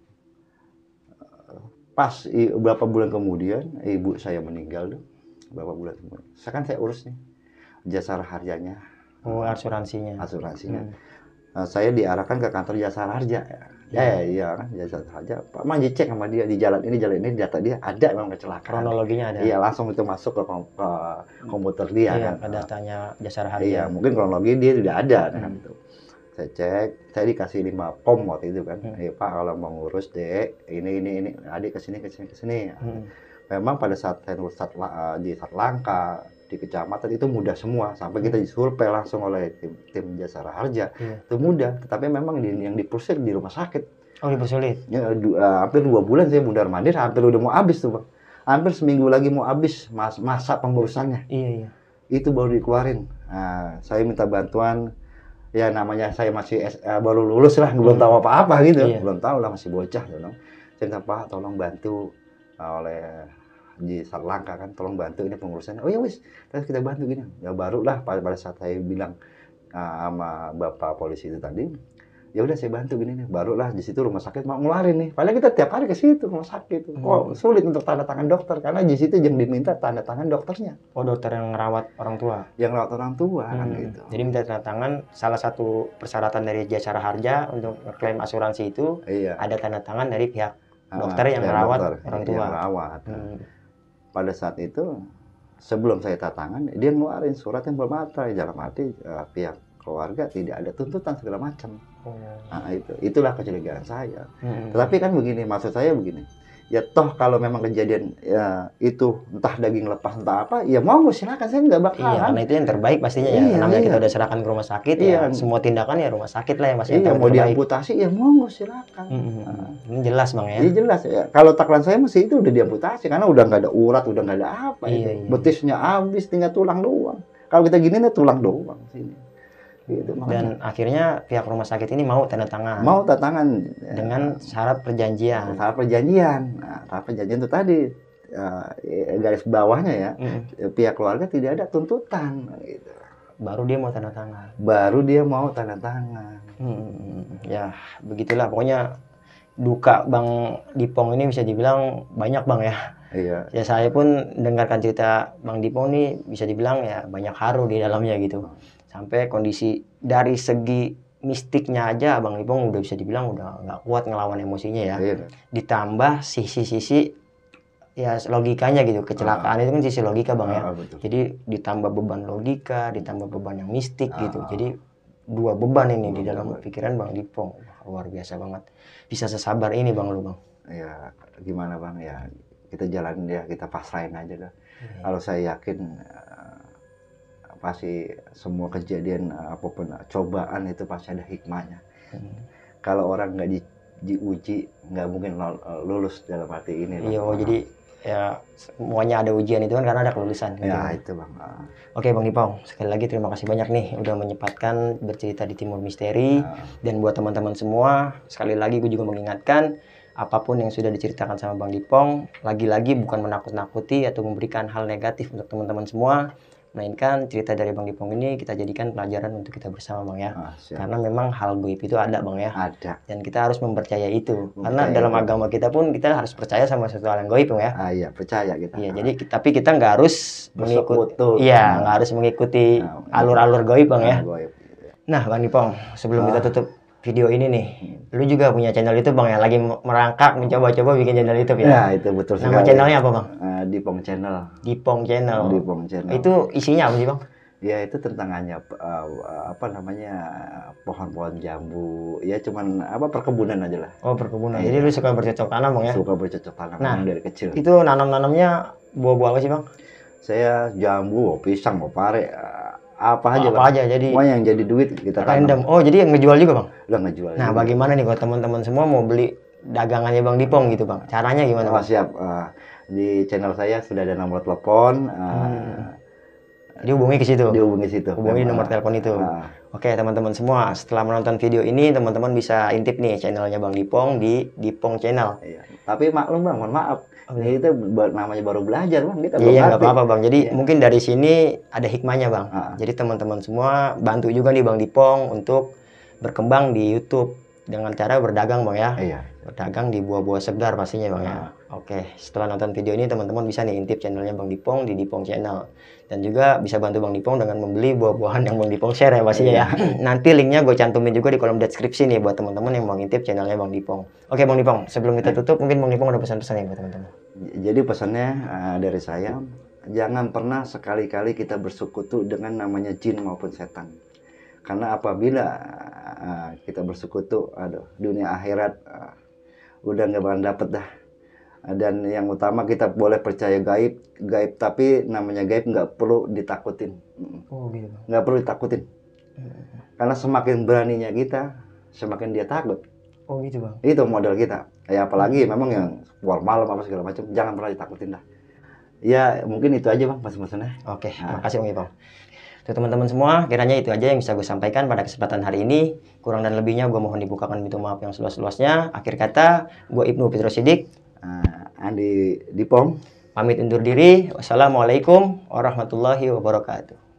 pas beberapa bulan kemudian ibu saya meninggal tuh, beberapa bulan kemudian. Sekarang saya urus nih Jasara Harjanya. Oh, asuransinya. Asuransinya. Hmm. Nah, saya diarahkan ke kantor Jasara Harja. Ya, ya, ya, iya kan Jasara Harja. Pak Manji cek sama dia di jalan ini, jalan ini data dia ada memang kecelakaan. Kronologinya ada. Iya, langsung itu masuk ke, kom ke komputer dia iya, kan. Ke datanya Jasara Harja. Iya, mungkin kronologi dia tidak ada hmm. kan itu. Saya cek, saya dikasih lima pom waktu itu kan. Hmm. Eh Pak kalau mau ngurus dek, ini ini ini, adik kesini kesini kesini. Hmm. Memang pada saat saya ngurus sat, uh, di Satlangka, di kecamatan itu mudah semua. Sampai hmm. kita disurvei langsung oleh tim tim Jasara Harja. Hmm. Itu mudah. Tetapi memang di, yang diproses di rumah sakit. Oh dipersulit? Ya, du, uh, hampir dua bulan saya mundar mandir, hampir udah mau habis tuh Pak. Hampir seminggu lagi mau habis mas, masa pengurusannya. Iya iya. Itu baru dikeluarin. Nah, saya minta bantuan. Ya namanya saya masih uh, baru lulus lah, belum tahu apa-apa gitu, iya. belum tahu lah masih bocah, dong. Saya minta Pak tolong bantu uh, oleh di Satlangka kan, tolong bantu ini pengurusannya. Oh ya wis, terus kita bantu gini. Ya barulah pada, pada saat saya bilang uh, sama bapak polisi itu tadi, ya udah saya bantu gini nih, barulah di situ rumah sakit mau ngeluarin nih. Padahal kita tiap hari ke situ rumah sakit. Hmm. Oh sulit untuk tanda tangan dokter karena di situ yang diminta tanda tangan dokternya. Oh dokter yang merawat orang tua. Yang merawat orang tua hmm. kan gitu. Jadi minta tanda tangan. Salah satu persyaratan dari Jasara Harja untuk klaim asuransi itu iya. ada tanda tangan dari pihak dokter ah, yang merawat dokter, orang tua. Yang merawat. Hmm. Pada saat itu sebelum saya tanda tangan dia ngeluarin surat yang bermaterai dalam arti uh, pihak keluarga tidak ada tuntutan segala macam. Oh. Nah, itu itulah kecurigaan saya. Hmm. Tetapi kan begini, maksud saya begini. Ya toh kalau memang kejadian ya, itu entah daging lepas entah apa, ya mau silakan saya nggak bakal. Iya, karena itu yang terbaik pastinya ya. Iya, namanya iya. kita udah serahkan ke rumah sakit iya. ya. Semua tindakan ya rumah sakit lah yang masih iya, yang mau diamputasi ya mau silakan. Hmm. Nah. Ini jelas Bang ya. Iya jelas ya. Kalau taklan saya masih itu udah diamputasi karena udah nggak ada urat, udah nggak ada apa. Iya, itu. Iya. Betisnya habis, tinggal tulang doang. Kalau kita gini nih tulang doang sini. Gitu, dan akhirnya pihak rumah sakit ini mau tanda tangan. Mau tanda tangan dengan syarat perjanjian. Syarat perjanjian. Nah, syarat perjanjian itu tadi uh, garis bawahnya ya, mm. pihak keluarga tidak ada tuntutan. Gitu. Baru dia mau tanda tangan. Baru dia mau tanda tangan. Hmm, ya begitulah pokoknya duka Bang Dipong ini bisa dibilang banyak Bang ya. Iya. Ya saya pun dengarkan cerita Bang Dipong ini bisa dibilang ya banyak haru di dalamnya gitu. Sampai kondisi dari segi mistiknya aja Bang Dipong udah bisa dibilang udah nggak kuat ngelawan emosinya ya. Iya. Ditambah sisi-sisi ya logikanya gitu, kecelakaan ah. itu kan sisi logika Bang ya. Ah, jadi ditambah beban logika, ditambah beban yang mistik ah. gitu. Jadi dua beban ini dua di dalam beban. Pikiran Bang Dipong. Luar biasa banget. Bisa sesabar ini Bang lu Bang. Ya gimana Bang ya, kita jalanin ya, kita pasrahin aja lah. Hmm. Kalau saya yakin pasti semua kejadian apapun cobaan itu pasti ada hikmahnya. Hmm. Kalau orang nggak di, diuji nggak mungkin lulus dalam arti ini. Iya, oh, jadi ya semuanya ada ujian itu kan karena ada kelulusan. Gitu. Ya itu bang. Uh. Oke Bang Ipong, sekali lagi terima kasih banyak nih udah menyempatkan bercerita di Timur Misteri. Uh. Dan buat teman-teman semua, sekali lagi gue juga mengingatkan apapun yang sudah diceritakan sama Bang Ipong, lagi-lagi bukan menakut-nakuti atau memberikan hal negatif untuk teman-teman semua, melainkan cerita dari Bang Ipong ini kita jadikan pelajaran untuk kita bersama Bang ya. Ah, karena memang hal goib itu ada Bang ya. Ada. Dan kita harus mempercayai itu. Mempercayai karena dalam itu. Agama kita pun kita harus percaya sama sesuatu hal yang goib Bang ya. Ah iya, percaya kita. Iya, ah. jadi tapi kita nggak harus mengikuti. Iya, nggak nah. harus mengikuti alur-alur nah, goib Bang ya. Goib. Nah, Bang Ipong, sebelum ah. kita tutup video ini nih, lu juga punya channel YouTube Bang ya, lagi merangkak mencoba-coba bikin channel YouTube ya? Ya itu betul sekali. Nama channelnya apa Bang? Uh, Dipong Channel. Dipong Channel. Dipong Channel. Itu isinya apa sih Bang? Ya itu tentang hanya uh, apa namanya pohon-pohon jambu, ya cuman apa perkebunan aja lah. Oh perkebunan. Nah, jadi ya. Lu suka bercocok tanam Bang ya? Suka bercocok tanam nah, dari kecil. Itu nanam-nanamnya buah-buah apa sih Bang? Saya jambu, pisang, pare. Apa aja, apa bang. aja jadi semua yang jadi duit kita random. Oh jadi yang ngejual juga Bang? Udah ngejual. Nah juga. Bagaimana nih kalau teman-teman semua mau beli dagangannya Bang Dipong gitu Bang, caranya gimana Bang? Oh, siap. Uh, di channel saya sudah ada nomor telepon. Uh, hmm. Dihubungi ke situ. Dihubungi situ. Hubungi nomor telepon itu. Uh, Oke teman-teman semua, setelah menonton video ini teman-teman bisa intip nih channelnya Bang Dipong di Dipong Channel. Iya. Tapi maklum Bang, mohon maaf. Oh, ini itu namanya baru belajar Bang, kita iya nggak apa-apa Bang, jadi iya. mungkin dari sini ada hikmahnya Bang. Ah. Jadi teman-teman semua bantu juga nih Bang Dipong untuk berkembang di YouTube dengan cara berdagang Bang ya. Iya. Berdagang di buah-buah segar pastinya Bang ah. ya. Oke, setelah nonton video ini teman-teman bisa nih intip channelnya Bang Dipong di Dipong Channel. Dan juga bisa bantu Bang Dipong dengan membeli buah-buahan yang Bang Dipong share ya pastinya iya. ya. Nanti linknya gue cantumin juga di kolom deskripsi nih buat teman-teman yang mau ngintip channelnya Bang Dipong. Oke Bang Dipong, sebelum kita tutup mungkin Bang Dipong ada pesan-pesan ya buat teman-teman. Jadi pesannya uh, dari saya, jangan pernah sekali-kali kita bersekutu dengan namanya jin maupun setan. Karena apabila uh, kita bersekutu, aduh, dunia akhirat uh, udah nggak bakal dapet dah. Dan yang utama kita boleh percaya gaib, gaib tapi namanya gaib nggak perlu ditakutin. Oh, gitu. Nggak perlu ditakutin. Hmm. Karena semakin beraninya kita, semakin dia takut. Oh gitu Bang. Itu modal kita. Ya apalagi memang yang keluar malam apa segala macam, jangan pernah ditakutin dah. Ya mungkin itu aja Bang pesan-pesannya. Oke, nah. Makasih Bang Ipong. Tuh teman-teman semua, kiranya itu aja yang bisa gue sampaikan pada kesempatan hari ini. Kurang dan lebihnya gue mohon dibukakan pintu maaf yang seluas-luasnya. Akhir kata, gue Ibnu Fitrosidik. Uh, Andi Dipong. Pamit undur diri. Wassalamualaikum warahmatullahi wabarakatuh.